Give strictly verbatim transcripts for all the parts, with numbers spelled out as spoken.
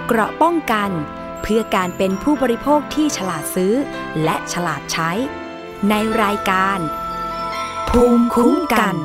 เกราะป้องกันเพื่อการเป็นผู้บริโภคที่ฉลาดซื้อและฉลาดใช้ในรายการภูมิคุ้มกัน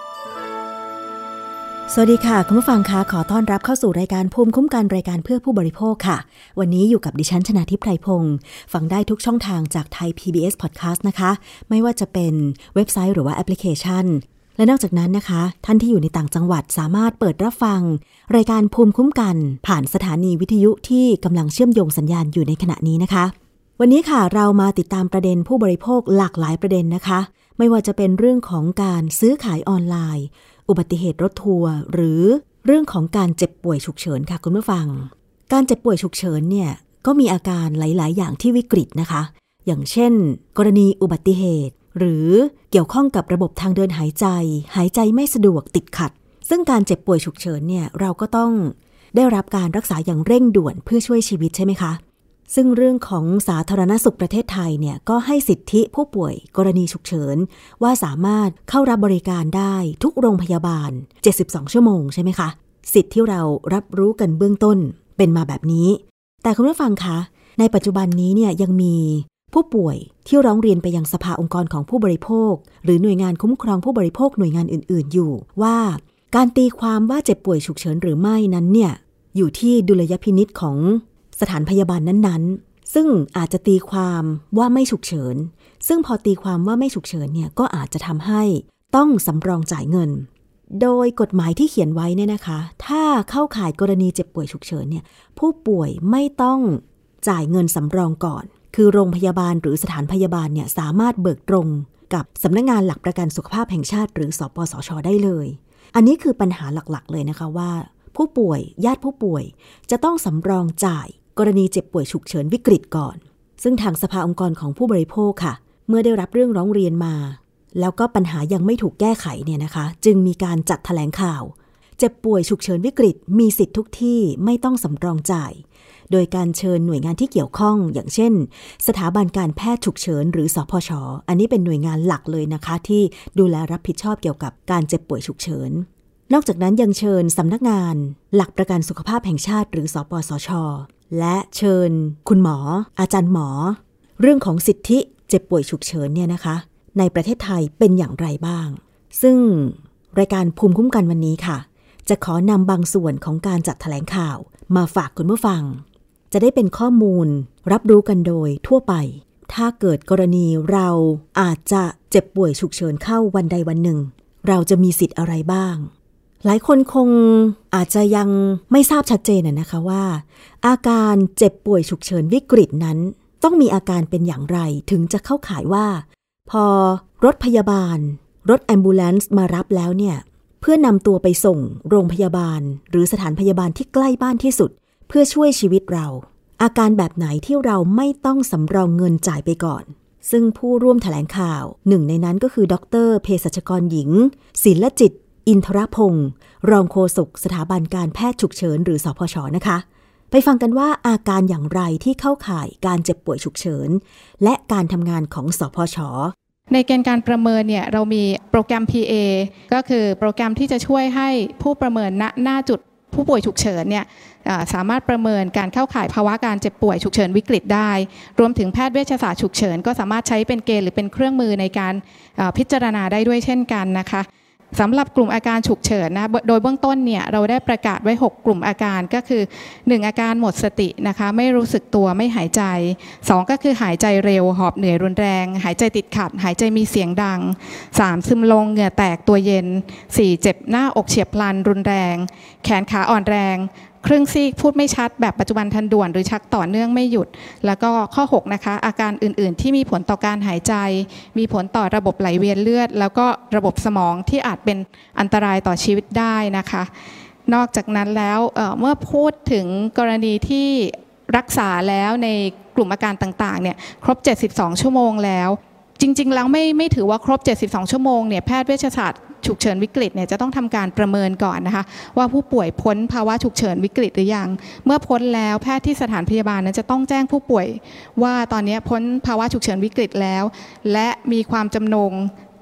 สวัสดีค่ะคุณผู้ฟังคะขอต้อนรับเข้าสู่รายการภูมิคุ้มกันรายการเพื่อผู้บริโภคค่ะวันนี้อยู่กับดิฉันชนาทิพย์ไพรพงศ์ฟังได้ทุกช่องทางจากไทย พี บี เอส Podcast นะคะไม่ว่าจะเป็นเว็บไซต์หรือว่าแอปพลิเคชันและนอกจากนั้นนะคะท่านที่อยู่ในต่างจังหวัดสามารถเปิดรับฟังรายการภูมิคุ้มกันผ่านสถานีวิทยุที่กำลังเชื่อมโยงสัญญาณอยู่ในขณะนี้นะคะวันนี้ค่ะเรามาติดตามประเด็นผู้บริโภคหลากหลายประเด็นนะคะไม่ว่าจะเป็นเรื่องของการซื้อขายออนไลน์อุบัติเหตุรถทัวร์หรือเรื่องของการเจ็บป่วยฉุกเฉินค่ะคุณผู้ฟังการเจ็บป่วยฉุกเฉินเนี่ยก็มีอาการหลายๆอย่างที่วิกฤตนะคะอย่างเช่นกรณีอุบัติเหตุหรือเกี่ยวข้องกับระบบทางเดินหายใจหายใจไม่สะดวกติดขัดซึ่งการเจ็บป่วยฉุกเฉินเนี่ยเราก็ต้องได้รับการรักษาอย่างเร่งด่วนเพื่อช่วยชีวิตใช่ไหมคะซึ่งเรื่องของสาธารณสุขประเทศไทยเนี่ยก็ให้สิทธิผู้ป่วยกรณีฉุกเฉินว่าสามารถเข้ารับบริการได้ทุกโรงพยาบาลเจ็ดสิบสองชั่วโมงใช่ไหมคะสิทธิที่เรารับรู้กันเบื้องต้นเป็นมาแบบนี้แต่คุณผู้ฟังคะในปัจจุบันนี้เนี่ยยังมีผู้ป่วยที่ร้องเรียนไปยังสภาองค์กรของผู้บริโภคหรือหน่วยงานคุ้มครองผู้บริโภคหน่วยงานอื่นๆอยู่ว่าการตีความว่าเจ็บป่วยฉุกเฉินหรือไม่นั้นเนี่ยอยู่ที่ดุลยพินิจของสถานพยาบาลนั้นๆซึ่งอาจจะตีความว่าไม่ฉุกเฉินซึ่งพอตีความว่าไม่ฉุกเฉินเนี่ยก็อาจจะทำให้ต้องสำรองจ่ายเงินโดยกฎหมายที่เขียนไว้เนี่ยนะคะถ้าเข้าข่ายกรณีเจ็บป่วยฉุกเฉินเนี่ยผู้ป่วยไม่ต้องจ่ายเงินสำรองก่อนคือโรงพยาบาลหรือสถานพยาบาลเนี่ยสามารถเบิกตรงกับสำนักงานหลักประกันสุขภาพแห่งชาติหรือสปสช.ได้เลยอันนี้คือปัญหาหลักๆเลยนะคะว่าผู้ป่วยญาติผู้ป่วยจะต้องสำรองจ่ายกรณีเจ็บป่วยฉุกเฉินวิกฤตก่อนซึ่งทางสภาองค์กรของผู้บริโภคค่ะเมื่อได้รับเรื่องร้องเรียนมาแล้วก็ปัญหายังไม่ถูกแก้ไขเนี่ยนะคะจึงมีการจัดแถลงข่าวเจ็บป่วยฉุกเฉินวิกฤตมีสิทธิ์ทุกที่ไม่ต้องสำรองจ่ายโดยการเชิญหน่วยงานที่เกี่ยวข้องอย่างเช่นสถาบันการแพทย์ฉุกเฉินหรือสพช.อันนี้เป็นหน่วยงานหลักเลยนะคะที่ดูแลรับผิดชอบเกี่ยวกับการเจ็บป่วยฉุกเฉินนอกจากนั้นยังเชิญสำนักงานหลักประกันสุขภาพแห่งชาติหรือสปสช.และเชิญคุณหมออาจารย์หมอเรื่องของสิทธิเจ็บป่วยฉุกเฉินเนี่ยนะคะในประเทศไทยเป็นอย่างไรบ้างซึ่งรายการภูมิคุ้มกันวันนี้ค่ะจะขอนำบางส่วนของการจัดแถลงข่าวมาฝากคุณผู้ฟังจะได้เป็นข้อมูลรับรู้กันโดยทั่วไปถ้าเกิดกรณีเราอาจจะเจ็บป่วยฉุกเฉินเข้าวันใดวันหนึ่งเราจะมีสิทธิ์อะไรบ้างหลายคนคงอาจจะยังไม่ทราบชัดเจนนะคะว่าอาการเจ็บป่วยฉุกเฉินวิกฤตนั้นต้องมีอาการเป็นอย่างไรถึงจะเข้าข่ายว่าพอรถพยาบาลรถแอมบูเลนซ์มารับแล้วเนี่ยเพื่อนำตัวไปส่งโรงพยาบาลหรือสถานพยาบาลที่ใกล้บ้านที่สุดเพื่อช่วยชีวิตเราอาการแบบไหนที่เราไม่ต้องสำรองเงินจ่ายไปก่อนซึ่งผู้ร่วมแถลงข่าวหนึ่งในนั้นก็คือดร.เภสัชกรหญิงศิลจิตอินทรพงศ์รองโฆษกสถาบันการแพทย์ฉุกเฉินหรือสพช.นะคะไปฟังกันว่าอาการอย่างไรที่เข้าข่ายการเจ็บป่วยฉุกเฉินและการทำงานของสพช. ในเกณฑ์การประเมินเนี่ยเรามีโปรแกรม พี เอ ก็คือโปรแกรมที่จะช่วยให้ผู้ประเมินณหน้าจุดผู้ป่วยฉุกเฉินเนี่ยสามารถประเมินการเข้าข่ายภาวะการเจ็บป่วยฉุกเฉินวิกฤตได้รวมถึงแพทย์เวชศาสตร์ฉุกเฉินก็สามารถใช้เป็นเกณฑ์หรือเป็นเครื่องมือในการพิจารณาได้ด้วยเช่นกันนะคะสำหรับกลุ่มอาการฉุกเฉินนะโดยเบื้องต้นเนี่ยเราได้ประกาศไว้หกกลุ่มอาการก็คือหนึ่งอาการหมดสตินะคะไม่รู้สึกตัวไม่หายใจสองก็คือหายใจเร็วหอบเหนื่อยรุนแรงหายใจติดขัดหายใจมีเสียงดังสามซึมลงเหงื่อแตกตัวเย็นสี่เจ็บหน้าอกเฉียบพลันรุนแรงแขนขาอ่อนแรงครึ่งซีกพูดไม่ชัดแบบปัจจุบันทันด่วนหรือชักต่อเนื่องไม่หยุดแล้วก็ข้อหกนะคะอาการอื่นๆที่มีผลต่อการหายใจมีผลต่อระบบไหลเวียนเลือดแล้วก็ระบบสมองที่อาจเป็นอันตรายต่อชีวิตได้นะคะนอกจากนั้นแล้ว เอ่อ เมื่อพูดถึงกรณีที่รักษาแล้วในกลุ่มอาการต่างๆเนี่ยครบเจ็ดสิบสองชั่วโมงแล้วจริงๆแล้วไม่ไม่ถือว่าครบเจ็ดสิบสองชั่วโมงเนี่ยแพทย์เวชศาสตร์ฉุกเฉินวิกฤตเนี่ยจะต้องทำการประเมินก่อนนะคะว่าผู้ป่วยพ้นภาวะฉุกเฉินวิกฤตหรือยังเมื่อพ้นแล้วแพทย์ที่สถานพยาบาลนั้นจะต้องแจ้งผู้ป่วยว่าตอนนี้พ้นภาวะฉุกเฉินวิกฤตแล้วและมีความจำนง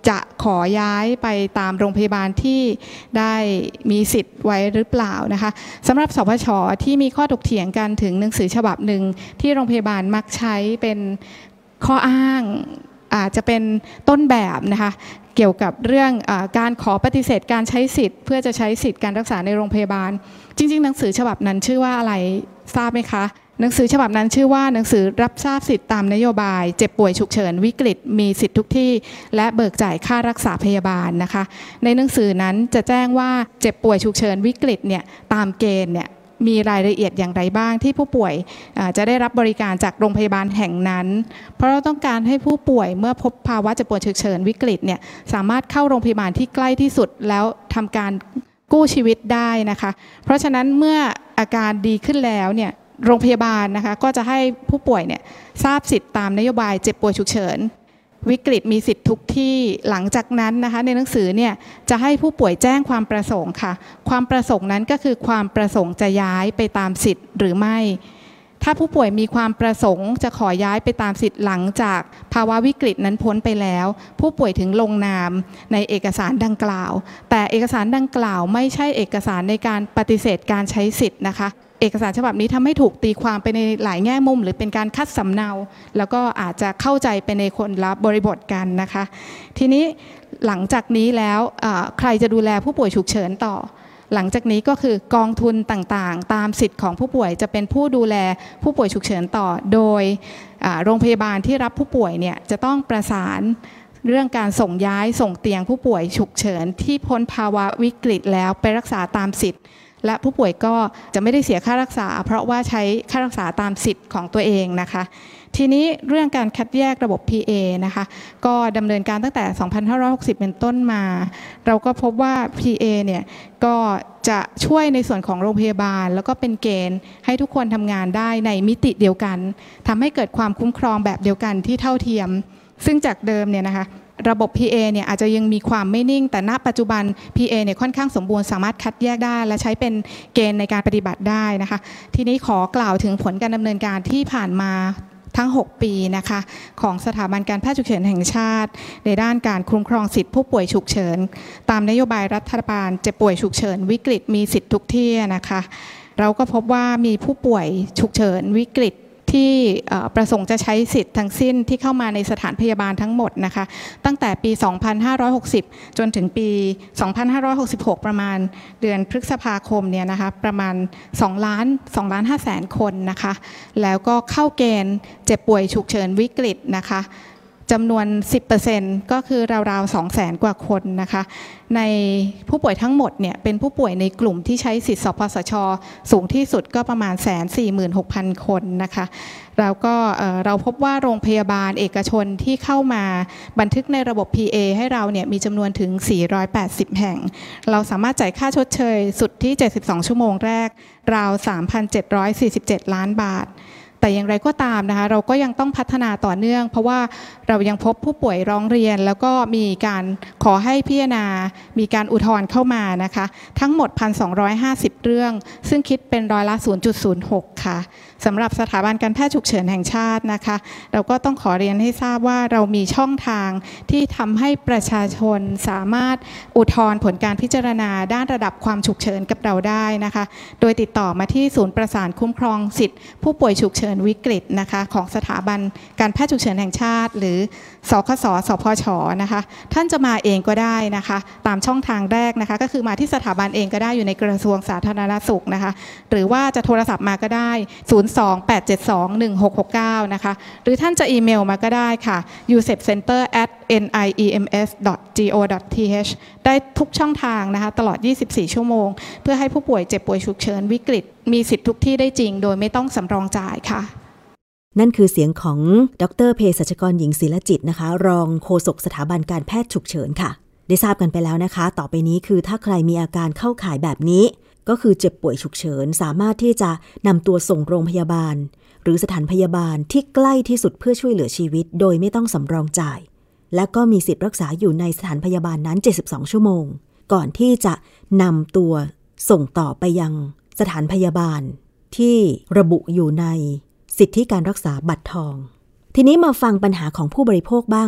จะขอย้ายไปตามโรงพยาบาลที่ได้มีสิทธิ์ไว้หรือเปล่านะคะสำหรับสพช.ที่มีข้อถกเถียงกันถึงหนังสือฉบับหนึ่งที่โรงพยาบาลมักใช้เป็นข้ออ้างอาจจะเป็นต้นแบบนะคะเกี่ยวกับเรื่องอาการขอปฏิเสธการใช้สิทธิ์เพื่อจะใช้สิทธิ์การรักษาในโรงพยาบาลจริงๆหนังสือฉบับนั้นชื่อว่าอะไรทราบไหมคะหนังสือฉบับนั้นชื่อว่าหนังสือรับทราบสิทธิตามนโยบายเจ็บป่วยฉุกเฉินวิกฤตมีสิทธิทุกที่และเบิกจ่ายค่ารักษาพยาบาลนะคะในหนังสือนั้นจะแจ้งว่าเจ็บป่วยฉุกเฉินวิกฤตเนี่ยตามเกณฑ์เนี่ยมีรายละเอียดอย่างไรบ้างที่ผู้ป่วยจะได้รับบริการจากโรงพยาบาลแห่งนั้นเพราะเราต้องการให้ผู้ป่วยเมื่อพบภาวะเจ็บป่วยฉุกเฉินวิกฤตเนี่ยสามารถเข้าโรงพยาบาลที่ใกล้ที่สุดแล้วทำการกู้ชีวิตได้นะคะเพราะฉะนั้นเมื่ออาการดีขึ้นแล้วเนี่ยโรงพยาบาลนะคะก็จะให้ผู้ป่วยเนี่ยทราบสิทธิ์ตามนโยบายเจ็บป่วยฉุกเฉินวิกฤตมีสิทธิ์ทุกที่หลังจากนั้นนะคะในหนังสือเนี่ยจะให้ผู้ป่วยแจ้งความประสงค์ค่ะความประสงค์นั้นก็คือความประสงค์จะย้ายไปตามสิทธิ์หรือไม่ถ้าผู้ป่วยมีความประสงค์จะขอย้ายไปตามสิทธิ์หลังจากภาวะวิกฤตนั้นพ้นไปแล้วผู้ป่วยถึงลงนามในเอกสารดังกล่าวแต่เอกสารดังกล่าวไม่ใช่เอกสารในการปฏิเสธการใช้สิทธิ์นะคะเอกสารฉบับนี้ทำให้ถูกตีความไปในหลายแง่มุมหรือเป็นการคัดสำเนาแล้วก็อาจจะเข้าใจไปในคนละบริบทกันนะคะทีนี้หลังจากนี้แล้วใครจะดูแลผู้ป่วยฉุกเฉินต่อหลังจากนี้ก็คือกองทุนต่างๆตามสิทธิ์ของผู้ป่วยจะเป็นผู้ดูแลผู้ป่วยฉุกเฉินต่อโดยโรงพยาบาลที่รับผู้ป่วยเนี่ยจะต้องประสานเรื่องการส่งย้ายส่งเตียงผู้ป่วยฉุกเฉินที่พ้นภาวะวิกฤตแล้วไปรักษาตามสิทธิ์และผู้ป่วยก็จะไม่ได้เสียค่ารักษาเพราะว่าใช้ค่ารักษาตามสิทธิ์ของตัวเองนะคะทีนี้เรื่องการคัดแยกระบบ พี เอ นะคะก็ดำเนินการตั้งแต่ สองพันห้าร้อยหกสิบ เป็นต้นมาเราก็พบว่า พี เอ เนี่ยก็จะช่วยในส่วนของโรงพยาบาลแล้วก็เป็นเกณฑ์ให้ทุกคนทำงานได้ในมิติเดียวกันทำให้เกิดความคุ้มครองแบบเดียวกันที่เท่าเทียมซึ่งจากเดิมเนี่ยนะคะระบบ พี เอ เนี่ยอาจจะยังมีความไม่นิ่งแต่ณปัจจุบัน พี เอ เนี่ยค่อนข้างสมบูรณ์สามารถคัดแยกได้และใช้เป็นเกณฑ์ในการปฏิบัติได้นะคะทีนี้ขอกล่าวถึงผลการดำเนินการที่ผ่านมาทั้งหกปีนะคะของสถาบันการแพทย์ฉุกเฉินแห่งชาติในด้านการคุ้มครองสิทธิผู้ป่วยฉุกเฉินตามนโยบายรัฐบาลเจ็บป่วยฉุกเฉินวิกฤตมีสิทธิทุกที่นะคะเราก็พบว่ามีผู้ป่วยฉุกเฉินวิกฤตที่ประสงค์จะใช้สิทธิ์ทั้งสิ้นที่เข้ามาในสถานพยาบาลทั้งหมดนะคะตั้งแต่ปี สองพันห้าร้อยหกสิบ จนถึงปี สองพันห้าร้อยหกสิบหก ประมาณเดือนพฤษภาคมเนี่ยนะคะประมาณ2ล้าน2ล้านห้าแสนคนนะคะแล้วก็เข้าเกณฑ์เจ็บป่วยฉุกเฉินวิกฤตนะคะจำนวน สิบเปอร์เซ็นต์ ก็คือราวๆ สองแสน กว่าคนนะคะในผู้ป่วยทั้งหมดเนี่ยเป็นผู้ป่วยในกลุ่มที่ใช้สิทธิสปสช.สูงที่สุดก็ประมาณ หนึ่งแสนสี่หมื่นหกพัน คนนะคะแล้วก็เราพบว่าโรงพยาบาลเอกชนที่เข้ามาบันทึกในระบบ พี เอ ให้เราเนี่ยมีจำนวนถึงสี่ร้อยแปดสิบแห่งเราสามารถจ่ายค่าชดเชยสุดที่เจ็ดสิบสองชั่วโมงแรกราว สามพันเจ็ดร้อยสี่สิบเจ็ด ล้านบาทแต่อย่างไรก็ตามนะคะเราก็ยังต้องพัฒนาต่อเนื่องเพราะว่าเรายังพบผู้ป่วยร้องเรียนแล้วก็มีการขอให้พิจารณามีการอุทธรณ์เข้ามานะคะทั้งหมด หนึ่งพันสองร้อยห้าสิบ เรื่องซึ่งคิดเป็นร้อยละ ศูนย์จุดศูนย์หก ค่ะสำหรับสถาบันการแพทย์ฉุกเฉินแห่งชาตินะคะเราก็ต้องขอเรียนให้ทราบว่าเรามีช่องทางที่ทำให้ประชาชนสามารถอุทธรณ์ผลการพิจารณาด้านระดับความฉุกเฉินกับเราได้นะคะโดยติดต่อมาที่ศูนย์ประสานคุ้มครองสิทธิผู้ป่วยฉุกเฉินวิกฤตนะคะของสถาบันการแพทย์ฉุกเฉินแห่งชาติหรือสคสสพชนะคะท่านจะมาเองก็ได้นะคะตามช่องทางแรกนะคะก็คือมาที่สถาบันเองก็ได้อยู่ในกระทรวงสาธารณสุขนะคะหรือว่าจะโทรศัพท์มาก็ได้ศูนย์ สอง แปด เจ็ด สอง หนึ่ง หก หก เก้านะคะหรือท่านจะอีเมลมาก็ได้ค่ะ ยู เซป เซ็นเตอร์ แอท เอ็น ไอ อี เอ็ม เอส ดอท จี โอ ดอท ที เอช ได้ทุกช่องทางนะคะตลอดยี่สิบสี่ชั่วโมงเพื่อให้ผู้ป่วยเจ็บป่วยฉุกเฉินวิกฤตมีสิทธิทุกที่ได้จริงโดยไม่ต้องสำรองจ่ายค่ะนั่นคือเสียงของดร.เภสัชกรหญิงศิลจิตนะคะรองโฆษกสถาบันการแพทย์ฉุกเฉินค่ะได้ทราบกันไปแล้วนะคะต่อไปนี้คือถ้าใครมีอาการเข้าข่ายแบบนี้ก็คือเจ็บป่วยฉุกเฉินสามารถที่จะนำตัวส่งโรงพยาบาลหรือสถานพยาบาลที่ใกล้ที่สุดเพื่อช่วยเหลือชีวิตโดยไม่ต้องสำรองจ่ายและก็มีสิทธิ์รักษาอยู่ในสถานพยาบาลนั้นเจ็ดสิบสองชั่วโมงก่อนที่จะนำตัวส่งต่อไปยังสถานพยาบาลที่ระบุอยู่ในสิทธิการรักษาบัตรทองทีนี้มาฟังปัญหาของผู้บริโภคบ้างค่ะ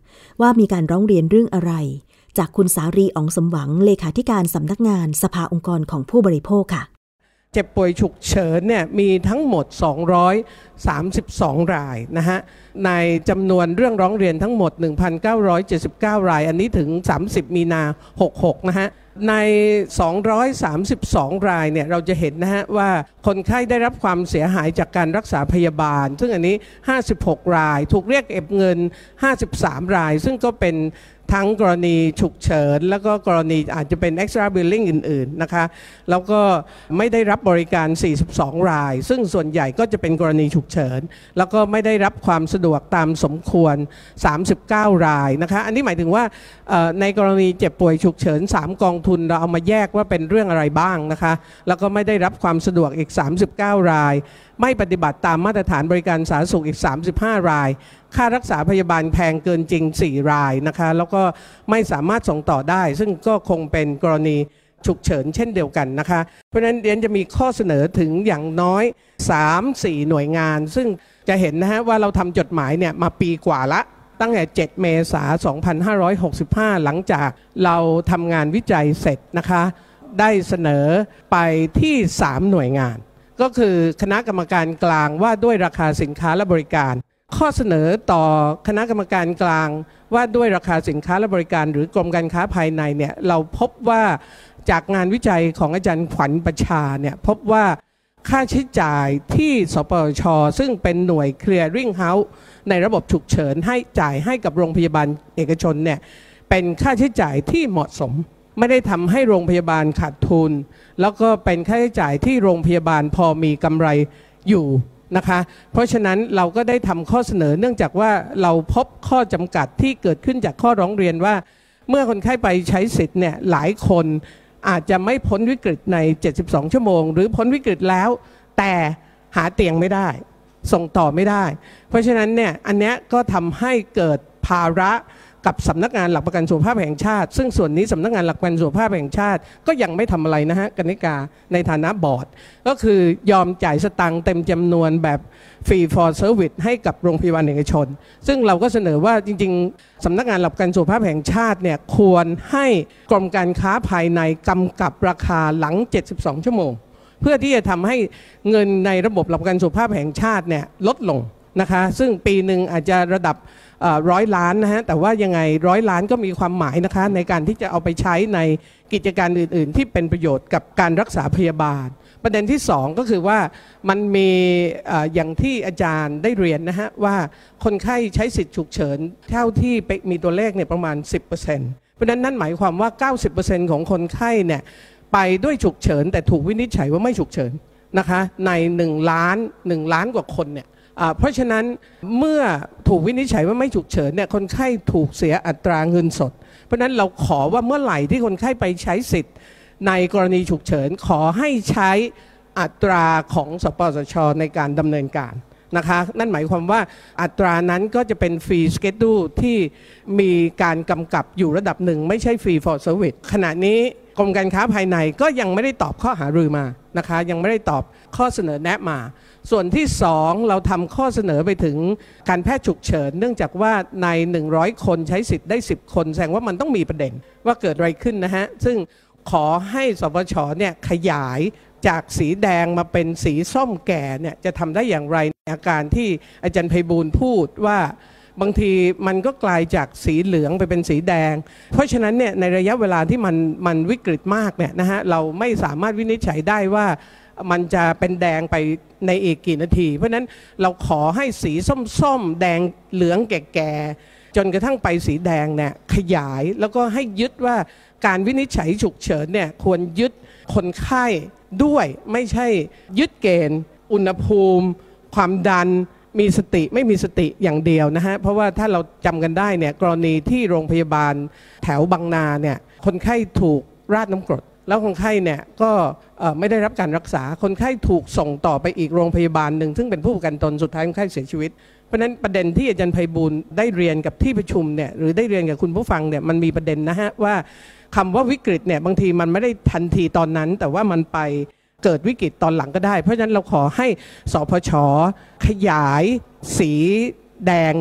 ว่ามีการร้องเรียนเรื่องอะไรจากคุณสารีอ๋องสมหวังเลขาธิการสำนักงานสภาองค์กรของผู้บริโภคค่ะเจ็บป่วยฉุกเฉินเนี่ยมีทั้งหมดสองร้อยสามสิบสองรายนะฮะในจำนวนเรื่องร้องเรียนทั้งหมด หนึ่งพันเก้าร้อยเจ็ดสิบเก้า รายอันนี้ถึงสามสิบมีนาหกสิบหกนะฮะในสองร้อยสามสิบสองรายเนี่ยเราจะเห็นนะฮะว่าคนไข้ได้รับความเสียหายจากการรักษาพยาบาลซึ่งอันนี้ห้าสิบหกรายถูกเรียกเก็บเงินห้าสิบสามรายซึ่งก็เป็นทั้งกรณีฉุกเฉินแล้วก็กรณีอาจจะเป็น extra billing อื่นๆนะคะแล้วก็ไม่ได้รับบริการสี่สิบสองรายซึ่งส่วนใหญ่ก็จะเป็นกรณีฉุกเฉินแล้วก็ไม่ได้รับความสะดวกตามสมควรสามสิบเก้ารายนะคะอันนี้หมายถึงว่าในกรณีเจ็บป่วยฉุกเฉินสามกองทุนเราเอามาแยกว่าเป็นเรื่องอะไรบ้างนะคะแล้วก็ไม่ได้รับความสะดวกอีกสามสิบเก้ารายไม่ปฏิบัติตามมาตรฐานบริการสาธารณสุขอีกสามสิบห้ารายค่ารักษาพยาบาลแพงเกินจริงสี่รายนะคะแล้วก็ไม่สามารถส่งต่อได้ซึ่งก็คงเป็นกรณีฉุกเฉินเช่นเดียวกันนะคะเพราะฉะนั้นเรียนจะมีข้อเสนอถึงอย่างน้อย สามถึงสี่ หน่วยงานซึ่งจะเห็นนะฮะว่าเราทำจดหมายเนี่ยมาปีกว่าละตั้งแต่เจ็ดเมษายนสองพันห้าร้อยหกสิบห้าหลังจากเราทำงานวิจัยเสร็จนะคะได้เสนอไปที่สามหน่วยงานก็คือคณะกรรมการกลางว่าด้วยราคาสินค้าและบริการข้อเสนอต่อคณะกรรมการกลางว่าด้วยราคาสินค้าและบริการหรือกรมการค้าภายในเนี่ยเราพบว่าจากงานวิจัยของอาจารย์ขวัญประชาเนี่ยพบว่าค่าใช้จ่ายที่สปช.ซึ่งเป็นหน่วย clearing house ในระบบฉุกเฉินให้จ่ายให้กับโรงพยาบาลเอกชนเนี่ยเป็นค่าใช้จ่ายที่เหมาะสมไม่ได้ทำให้โรงพยาบาลขาดทุนแล้วก็เป็นค่าใช้จ่ายที่โรงพยาบาลพอมีกำไรอยู่นะคะเพราะฉะนั้นเราก็ได้ทำข้อเสนอเนื่องจากว่าเราพบข้อจำกัดที่เกิดขึ้นจากข้อร้องเรียนว่าเมื่อคนไข้ไปใช้สิทธิ์เนี่ยหลายคนอาจจะไม่พ้นวิกฤตในเจ็ดสิบสองชั่วโมงหรือพ้นวิกฤตแล้วแต่หาเตียงไม่ได้ส่งต่อไม่ได้เพราะฉะนั้นเนี่ยอันเนี้ยก็ทำให้เกิดภาระกับสำนักงานหลักประกันสุขภาพแห่งชาติซึ่งส่วนนี้สำนักงานหลักประกันสุขภาพแห่งชาติก็ยังไม่ทำอะไรนะฮะกนิกาในฐานะบอร์ดก็คือยอมจ่ายสตังค์เต็มจำนวนแบบฟรี for service ให้กับโรงพยาบาลเอกชนซึ่งเราก็เสนอว่าจริงๆสำนักงานหลักประกันสุขภาพแห่งชาติเนี่ยควรให้กรมการค้าภายในกำกับราคาหลังเจ็ดสิบสองชั่วโมงเพื่อที่จะทำให้เงินในระบบหลักประกันสุขภาพแห่งชาติเนี่ยลดลงนะคะซึ่งปีหนึ่งอาจจะระดับร้อยล้านนะฮะแต่ว่ายังไงร้อยล้านก็มีความหมายนะคะในการที่จะเอาไปใช้ในกิจการอื่นๆที่เป็นประโยชน์กับการรักษาพยาบาลประเด็นที่สองก็คือว่ามันมีอย่างที่อาจารย์ได้เรียนนะฮะว่าคนไข้ใช้สิทธิฉุกเฉินเท่าที่มีตัวเลขเนี่ยประมาณ สิบเปอร์เซ็นต์ เพราะฉะนั้นนั่นหมายความว่า เก้าสิบเปอร์เซ็นต์ ของคนไข้เนี่ยไปด้วยฉุกเฉินแต่ถูกวินิจฉัยว่าไม่ฉุกเฉินนะคะในหนึ่งล้านหนึ่งล้านกว่าคนเนี่ยเพราะฉะนั้นเมื่อถูกวินิจฉัยว่าไม่ฉุกเฉินเนี่ยคนไข้ถูกเสียอัตราเงินสดเพราะฉะนั้นเราขอว่าเมื่อไหร่ที่คนไข้ไปใช้สิทธิ์ในกรณีฉุกเฉินขอให้ใช้อัตราของสปสช.ในการดำเนินการนะคะนั่นหมายความว่าอัตรานั้นก็จะเป็นฟรีสเกจดูที่มีการกำกับอยู่ระดับหนึ่งไม่ใช่ฟรี for service ขณะนี้กรมการค้าภายในก็ยังไม่ได้ตอบข้อหารือมานะคะยังไม่ได้ตอบข้อเสนอแนะมาส่วนที่สองเราทำข้อเสนอไปถึงการแพทย์ฉุกเฉินเนื่องจากว่าในหนึ่งร้อยคนใช้สิทธิ์ได้สิบคนแสดงว่ามันต้องมีประเด็นว่าเกิดอะไรขึ้นนะฮะซึ่งขอให้สปช.เนี่ยขยายจากสีแดงมาเป็นสีส้มแก่เนี่ยจะทำได้อย่างไรในอาการที่อาจารย์ไพบูลย์พูดว่าบางทีมันก็กลายจากสีเหลืองไปเป็นสีแดงเพราะฉะนั้นเนี่ยในระยะเวลาที่มันมันวิกฤตมากเนี่ยนะฮะเราไม่สามารถวินิจฉัยได้ว่ามันจะเป็นแดงไปในอีกกี่นาทีเพราะฉะนั้นเราขอให้สีส้มๆแดงเหลืองแก่ๆจนกระทั่งไปสีแดงเนี่ยขยายแล้วก็ให้ยึดว่าการวินิจฉัยฉุกเฉินเนี่ยควรยึดคนไข้ด้วยไม่ใช่ยึดเกณฑ์อุณหภูมิความดันมีสติไม่มีสติอย่างเดียวนะฮะเพราะว่าถ้าเราจำกันได้เนี่ยกรณีที่โรงพยาบาลแถวบางนาเนี่ยคนไข้ถูกราดน้ำกรดแล้วคนไข้เนี่ยก็ไม่ได้รับการรักษาคนไข้ถูกส่งต่อไปอีกโรงพยาบาลหนึ่งซึ่งเป็นผู้ประกันตนสุดท้ายคนไข้เสียชีวิตเพราะฉะนั้นประเด็นที่อาจารย์ไพบูลย์ได้เรียนกับที่ประชุมเนี่ยหรือได้เรียนกับคุณผู้ฟังเนี่ยมันมีประเด็นนะฮะว่าคำว่าวิกฤตเนี่ยบางทีมันไม่ได้ทันทีตอนนั้นแต่ว่ามันไปเกิดวิกฤตตอนหลังก็ได้เพราะฉะนั้นเราขอให้สพช.ขยายสีแดงเนี่ย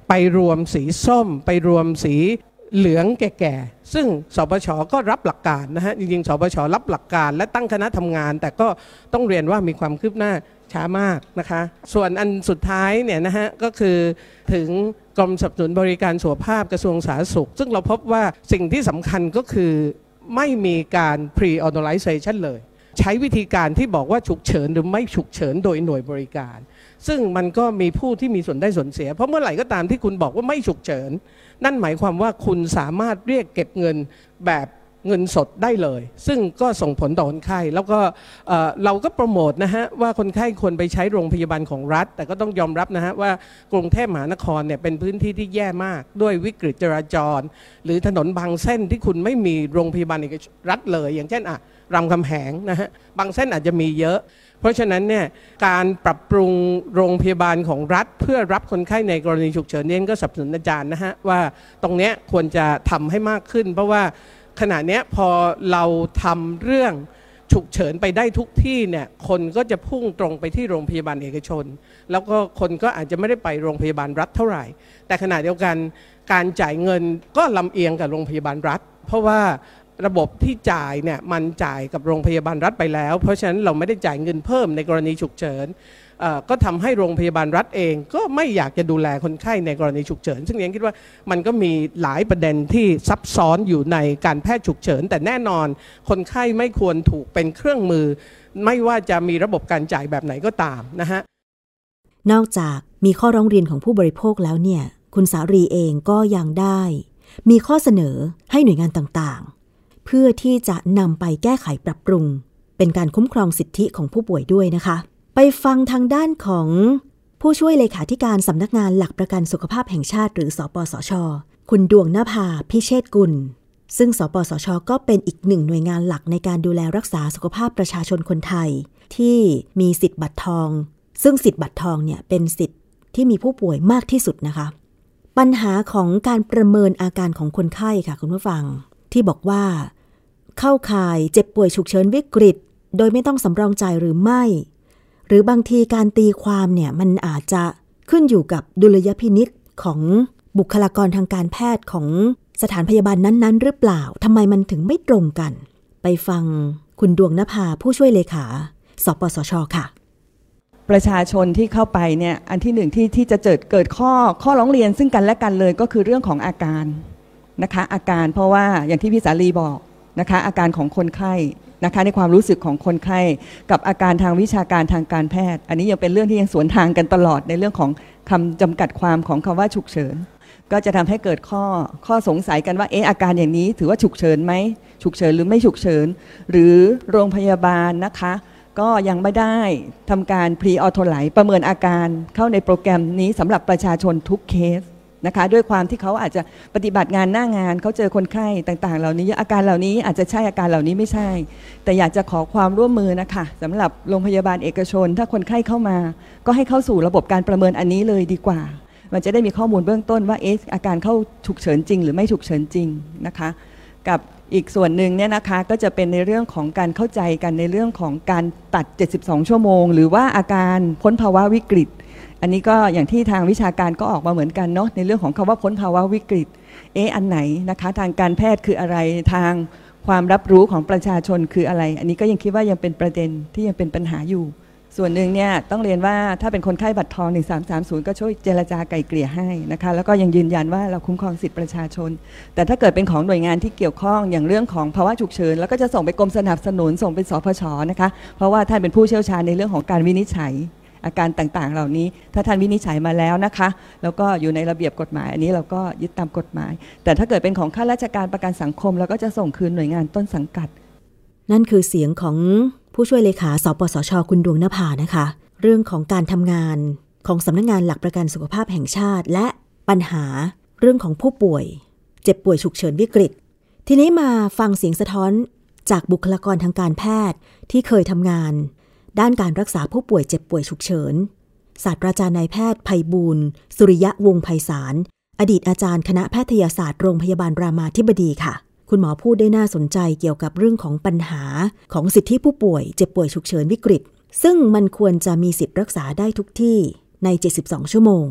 ไปรวมสีส้มไปรวมสีเหลืองแก่ๆซึ่งสปช.ก็รับหลักการนะฮะจริงๆสปช.รับหลักการและตั้งคณะทำงานแต่ก็ต้องเรียนว่ามีความคืบหน้าช้ามากนะคะส่วนอันสุดท้ายเนี่ยนะฮะก็คือถึงกรมสนับสนุนบริการสุขภาพกระทรวงสาธารณสุขซึ่งเราพบว่าสิ่งที่สำคัญก็คือไม่มีการ pre-authorization เลยใช้วิธีการที่บอกว่าฉุกเฉินหรือไม่ฉุกเฉินโดยหน่วยบริการซึ่งมันก็มีผู้ที่มีส่วนได้ส่วนเสียเพราะเมื่อไหร่ก็ตามที่คุณบอกว่าไม่ฉุกเฉินนั่นหมายความว่าคุณสามารถเรียกเก็บเงินแบบเงินสดได้เลยซึ่งก็ส่งผลต่อคนไข้แล้วก็เอ่อเราก็โปรโมทนะฮะว่าคนไข้ควรไปใช้โรงพยาบาลของรัฐแต่ก็ต้องยอมรับนะฮะว่ากรุงเทพมหานครเนี่ยเป็นพื้นที่ที่แย่มากด้วยวิกฤตจราจรหรือถนนบางเส้นที่คุณไม่มีโรงพยาบาลเอกชนรัฐเลยอย่างเช่นอะรามคำแหงนะฮะบางเส้นอาจจะมีเยอะเพราะฉะนั้นเนี่ยการปรับปรุงโรงพยาบาลของรัฐเพื่อรับคนไข้ในกรณีฉุกเฉินเนี่ยก็สนับสนุนอาจารย์นะฮะว่าตรงเนี้ยควรจะทำให้มากขึ้นเพราะว่าขณะนี้พอเราทำเรื่องฉุกเฉินไปได้ทุกที่เนี่ยคนก็จะพุ่งตรงไปที่โรงพยาบาลเอกชนแล้วก็คนก็อาจจะไม่ได้ไปโรงพยาบาลรัฐเท่าไหร่แต่ขณะเดียวกันการจ่ายเงินก็ลำเอียงกับโรงพยาบาลรัฐเพราะว่าระบบที่จ่ายเนี่ยมันจ่ายกับโรงพยาบาลรัฐไปแล้วเพราะฉะนั้นเราไม่ได้จ่ายเงินเพิ่มในกรณีฉุกเฉินก็ทำให้โรงพยาบาลรัฐเองก็ไม่อยากจะดูแลคนไข้ในกรณีฉุกเฉินซึ่งเรียนคิดว่ามันก็มีหลายประเด็นที่ซับซ้อนอยู่ในการแพทย์ฉุกเฉินแต่แน่นอนคนไข้ไม่ควรถูกเป็นเครื่องมือไม่ว่าจะมีระบบการจ่ายแบบไหนก็ตามนะฮะนอกจากมีข้อร้องเรียนของผู้บริโภคแล้วเนี่ยคุณสารีเองก็ยังได้มีข้อเสนอให้หน่วยงานต่างๆเพื่อที่จะนำไปแก้ไขปรับปรุงเป็นการคุ้มครองสิทธิของผู้ป่วยด้วยนะคะไปฟังทางด้านของผู้ช่วยเลขาธิการสำนักงานหลักประกันสุขภาพแห่งชาติหรือสปสช.คุณดวงนภาพิเชษกุลซึ่งสปสช.ก็เป็นอีกหนึ่งหน่วยงานหลักในการดูแลรักษาสุขภาพประชาชนคนไทยที่มีสิทธิ์บัตรทองซึ่งสิทธิ์บัตรทองเนี่ยเป็นสิทธิ์ที่มีผู้ป่วยมากที่สุดนะคะปัญหาของการประเมินอาการของคนไข้ค่ะคุณผู้ฟังที่บอกว่าเข้าข่ายเจ็บป่วยฉุกเฉินวิกฤตโดยไม่ต้องสำรองจ่ายหรือไม่หรือบางทีการตีความเนี่ยมันอาจจะขึ้นอยู่กับดุลยพินิจของบุคลากรทางการแพทย์ของสถานพยาบาลนั้นๆหรือเปล่าทำไมมันถึงไม่ตรงกันไปฟังคุณดวงนภาผู้ช่วยเลขาสปสช.ค่ะประชาชนที่เข้าไปเนี่ยอันที่หนึ่งที่ที่จะเกิดเกิดข้อข้อร้องเรียนซึ่งกันและกันเลยก็คือเรื่องของอาการนะคะอาการเพราะว่าอย่างที่พี่สาลีบอกนะคะอาการของคนไข้นะคะในความรู้สึกของคนไข้กับอาการทางวิชาการทางการแพทย์อันนี้ยังเป็นเรื่องที่ยังสวนทางกันตลอดในเรื่องของคำจำกัดความของคำว่าฉุกเฉินก็จะทำให้เกิดข้อข้อสงสัยกันว่าเอออาการอย่างนี้ถือว่าฉุกเฉินไหมฉุกเฉินหรือไม่ฉุกเฉินหรือโรงพยาบาลนะคะก็ยังไม่ได้ทำการ pre-authorize ประเมินอาการเข้าในโปรแกรมนี้สำหรับประชาชนทุกเคสนะคะด้วยความที่เขาอาจจะปฏิบัติงานหน้างานเขาเจอคนไข้ต่างๆเหล่านี้อาการเหล่านี้อาจจะใช่อาการเหล่านี้ไม่ใช่แต่อยากจะขอความร่วมมือนะคะสำหรับโรงพยาบาลเอกชนถ้าคนไข้เข้ามาก็ให้เข้าสู่ระบบการประเมินอันนี้เลยดีกว่ามันจะได้มีข้อมูลเบื้องต้นว่าเอ๊ะอาการเข้าฉุกเฉินจริงหรือไม่ฉุกเฉินจริงนะคะกับอีกส่วนหนึ่งเนี่ยนะคะก็จะเป็นในเรื่องของการเข้าใจกันในเรื่องของการตัดเจ็ดสิบสองชั่วโมงหรือว่าอาการพ้นภาวะวิกฤตอันนี้ก็อย่างที่ทางวิชาการก็ออกมาเหมือนกันเนาะในเรื่องของคำว่าพ้นภาวะวิกฤตเอ๊ะอันไหนนะคะทางการแพทย์คืออะไรทางความรับรู้ของประชาชนคืออะไรอันนี้ก็ยังคิดว่ายังเป็นประเด็นที่ยังเป็นปัญหาอยู่ส่วนหนึ่งเนี่ยต้องเรียนว่าถ้าเป็นคนไข้บัตรทองหนึ่งสามสามศูนย์ก็ช่วยเจรจาไกล่เกลี่ยให้นะคะแล้วก็ยังยืนยันว่าเราคุ้มครองสิทธิประชาชนแต่ถ้าเกิดเป็นของหน่วยงานที่เกี่ยวข้องอย่างเรื่องของภาวะฉุกเฉินแล้วก็จะส่งไปกรมสนับสนุนส่งไปสพช.นะคะเพราะว่าท่านเป็นผู้เชี่ยวชาญในเรื่องของการวินิจฉัยอาการต่างๆเหล่านี้ถ้าท่านวินิจฉัยมาแล้วนะคะแล้วก็อยู่ในระเบียบกฎหมายอันนี้เราก็ยึดตามกฎหมายแต่ถ้าเกิดเป็นของข้าราชการประกันสังคมเราก็จะส่งคืนหน่วยงานต้นสังกัดนั่นคือเสียงของผู้ช่วยเลขาสปสช.คุณดวงนภานะคะเรื่องของการทำงานของสำนักงานหลักประกันสุขภาพแห่งชาติและปัญหาเรื่องของผู้ป่วยเจ็บป่วยฉุกเฉินวิกฤตทีนี้มาฟังเสียงสะท้อนจากบุคลากรทางการแพทย์ที่เคยทำงานด้านการรักษาผู้ป่วยเจ็บป่วยฉุกเฉินศาสตราจารย์นายแพทย์ไพบูลย์สุริยะวงศ์ไพศาลอดีตอาจารย์คณะแพทยศาสตร์โรงพยาบาลรามาธิบดีค่ะคุณหมอพูดได้น่าสนใจเกี่ยวกับเรื่องของปัญหาของสิทธิผู้ป่วยเจ็บป่วยฉุกเฉินวิกฤตซึ่งมันควรจะมีสิทธิ์รักษาได้ทุกที่ในเจ็ดสิบสองชั่วโมงเพื่อ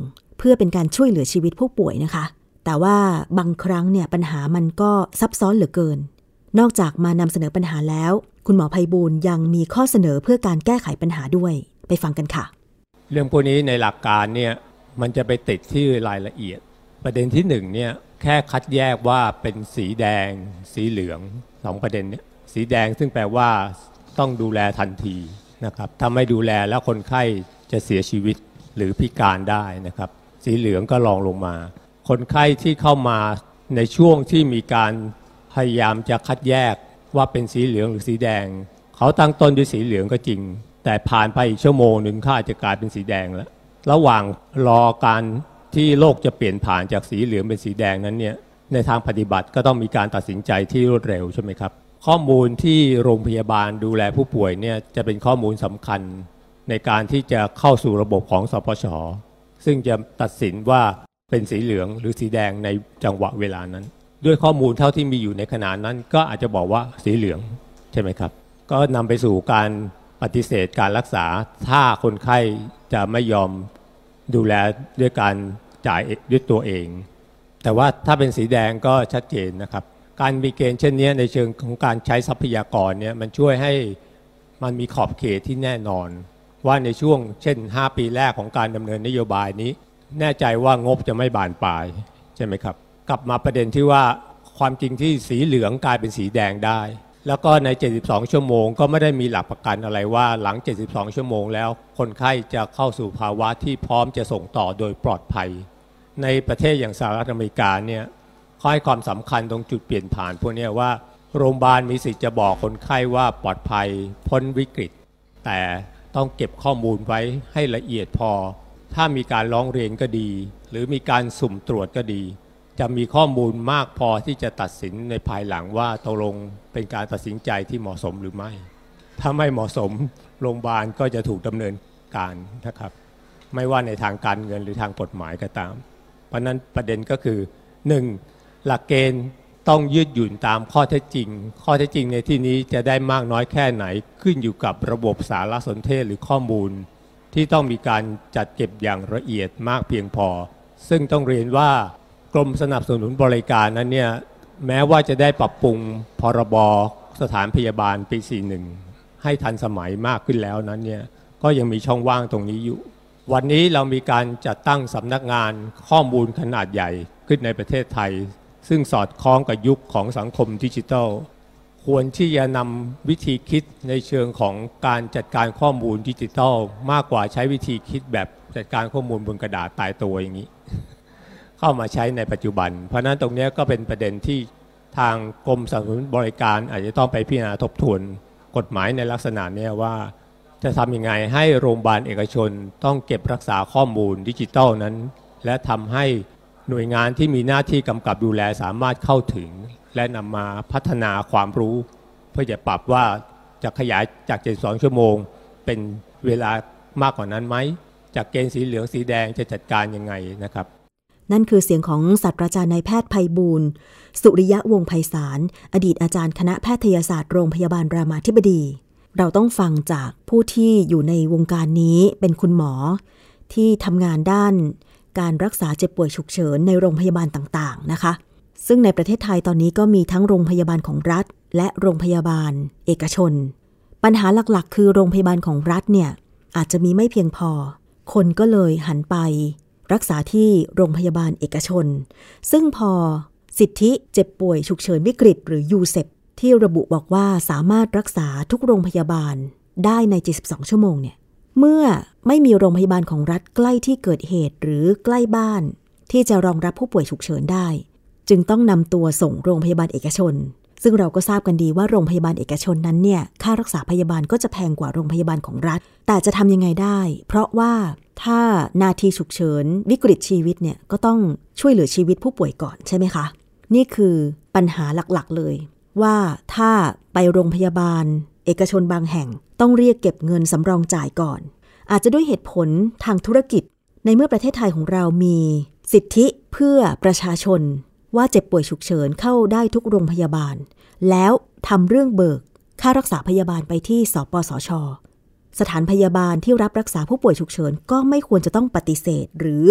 พื่อเป็นการช่วยเหลือชีวิตผู้ป่วยนะคะแต่ว่าบางครั้งเนี่ยปัญหามันก็ซับซ้อนเหลือเกินนอกจากมานำเสนอปัญหาแล้วคุณหมอไพบูลย์ยังมีข้อเสนอเพื่อการแก้ไขปัญหาด้วยไปฟังกันค่ะเรื่องพวกนี้ในหลักการเนี่ยมันจะไปติดที่รายละเอียดประเด็นที่หนึ่งเนี่ยแค่คัดแยกว่าเป็นสีแดงสีเหลืองสองประเด็นเนี่ยสีแดงซึ่งแปลว่าต้องดูแลทันทีนะครับถ้าไม่ดูแลแล้วคนไข้จะเสียชีวิตหรือพิการได้นะครับสีเหลืองก็รองลงมาคนไข้ที่เข้ามาในช่วงที่มีการพยายามจะคัดแยกว่าเป็นสีเหลืองหรือสีแดงเขาตั้งต้นด้วยสีเหลืองก็จริงแต่ผ่านไปอีกชั่วโมงหนึ่งเขาอาจจะกลายเป็นสีแดงแล้วระหว่างรอการที่โรคจะเปลี่ยนผ่านจากสีเหลืองเป็นสีแดงนั้นเนี่ยในทางปฏิบัติก็ต้องมีการตัดสินใจที่รวดเร็วใช่ไหมครับข้อมูลที่โรงพยาบาลดูแลผู้ป่วยเนี่ยจะเป็นข้อมูลสำคัญในการที่จะเข้าสู่ระบบของสปช.ซึ่งจะตัดสินว่าเป็นสีเหลืองหรือสีแดงในจังหวะเวลานั้นด้วยข้อมูลเท่าที่มีอยู่ในขณะนั้นก็อาจจะบอกว่าสีเหลืองใช่ไหมครับก็นำไปสู่การปฏิเสธการรักษาถ้าคนไข้จะไม่ยอมดูแลด้วยการจ่ายด้วยตัวเองแต่ว่าถ้าเป็นสีแดงก็ชัดเจนนะครับการมีเกณฑ์เช่นนี้ในเชิงของการใช้ทรัพยากรเนี่ยมันช่วยให้มันมีขอบเขตที่แน่นอนว่าในช่วงเช่นห้าปีแรกของการดำเนินนโยบายนี้แน่ใจว่างบจะไม่บานปลายใช่ไหมครับกลับมาประเด็นที่ว่าความจริงที่สีเหลืองกลายเป็นสีแดงได้แล้วก็ในเจ็ดสิบสองชั่วโมงก็ไม่ได้มีหลักประกันอะไรว่าหลังเจ็ดสิบสองชั่วโมงแล้วคนไข้จะเข้าสู่ภาวะที่พร้อมจะส่งต่อโดยปลอดภัยในประเทศอย่างสหรัฐอเมริกาเนี่ยเขาให้ความสำคัญตรงจุดเปลี่ยนผ่านพวกนี้ว่าโรงพยาบาลมีสิทธิ์จะบอกคนไข้ว่าปลอดภัยพ้นวิกฤตแต่ต้องเก็บข้อมูลไว้ให้ละเอียดพอถ้ามีการร้องเรียนก็ดีหรือมีการสุ่มตรวจก็ดีจะมีข้อมูลมากพอที่จะตัดสินในภายหลังว่าตกลงเป็นการตัดสินใจที่เหมาะสมหรือไม่ถ้าไม่เหมาะสมโรงพยาบาลก็จะถูกดำเนินการนะครับไม่ว่าในทางการเงินหรือทางกฎหมายก็ตามเพราะนั้นประเด็นก็คือหนึ่งหลักเกณฑ์ต้องยืดหยุ่นตามข้อเท็จจริงข้อเท็จจริงในที่นี้จะได้มากน้อยแค่ไหนขึ้นอยู่กับระบบสารสนเทศหรือข้อมูลที่ต้องมีการจัดเก็บอย่างละเอียดมากเพียงพอซึ่งต้องเรียนว่ากรมสนับสนุนบริการนั้นเนี่ยแม้ว่าจะได้ปรับปรุงพรบสถานพยาบาลปีสี่สิบเอ็ดให้ทันสมัยมากขึ้นแล้วนั้นเนี่ยก็ยังมีช่องว่างตรงนี้อยู่วันนี้เรามีการจัดตั้งสำนักงานข้อมูลขนาดใหญ่ขึ้นในประเทศไทยซึ่งสอดคล้องกับยุคของสังคมดิจิทัลควรที่จะนำวิธีคิดในเชิงของการจัดการข้อมูลดิจิทัลมากกว่าใช้วิธีคิดแบบจัดการข้อมูลบนกระดาษตายตัวอย่างนี้เข้ามาใช้ในปัจจุบันเพราะนั้นตรงนี้ก็เป็นประเด็นที่ทางกรมสนับสนุนบริการอาจจะต้องไปพิจารณาทบทวนกฎหมายในลักษณะนี้ว่าจะทำยังไงให้โรงพยาบาลเอกชนต้องเก็บรักษาข้อมูลดิจิทัลนั้นและทำให้หน่วยงานที่มีหน้าที่กำกับดูแลสามารถเข้าถึงและนำมาพัฒนาความรู้เพื่อจะปรับว่าจะขยายจากเจ็ดสิบสองชั่วโมงเป็นเวลามากกว่านั้นไหมจากเกณฑ์สีเหลืองสีแดงจะจัดการยังไงนะครับนั่นคือเสียงของศาสตราจารย์นายแพทย์ไพบูลย์สุริยะวงศ์ไพศาลอดีตอาจารย์คณะแพทยศาสตร์โรงพยาบาลรามาธิบดีเราต้องฟังจากผู้ที่อยู่ในวงการนี้เป็นคุณหมอที่ทำงานด้านการรักษาเจ็บป่วยฉุกเฉินในโรงพยาบาลต่างๆนะคะซึ่งในประเทศไทยตอนนี้ก็มีทั้งโรงพยาบาลของรัฐและโรงพยาบาลเอกชนปัญหาหลักๆคือโรงพยาบาลของรัฐเนี่ยอาจจะมีไม่เพียงพอคนก็เลยหันไปรักษาที่โรงพยาบาลเอกชนซึ่งพอสิทธิเจ็บป่วยฉุกเฉินวิกฤตหรือ ยู เซป ที่ระบุบอกว่าสามารถรักษาทุกโรงพยาบาลได้ในเจ็ดสิบสองชั่วโมงเนี่ยเมื่อไม่มีโรงพยาบาลของรัฐใกล้ที่เกิดเหตุหรือใกล้บ้านที่จะรองรับผู้ป่วยฉุกเฉินได้จึงต้องนำตัวส่งโรงพยาบาลเอกชนซึ่งเราก็ทราบกันดีว่าโรงพยาบาลเอกชนนั้นเนี่ยค่ารักษาพยาบาลก็จะแพงกว่าโรงพยาบาลของรัฐแต่จะทำยังไงได้เพราะว่าถ้านาทีฉุกเฉินวิกฤตชีวิตเนี่ยก็ต้องช่วยเหลือชีวิตผู้ป่วยก่อนใช่ไหมคะนี่คือปัญหาหลักๆเลยว่าถ้าไปโรงพยาบาลเอกชนบางแห่งต้องเรียกเก็บเงินสำรองจ่ายก่อนอาจจะด้วยเหตุผลทางธุรกิจในเมื่อประเทศไทยของเรามีสิทธิเพื่อประชาชนว่าเจ็บป่วยฉุกเฉินเข้าได้ทุกโรงพยาบาลแล้วทำเรื่องเบิกค่ารักษาพยาบาลไปที่สปสช.สถานพยาบาลที่รับรักษาผู้ป่วยฉุกเฉินก็ไม่ควรจะต้องปฏิเสธหรือ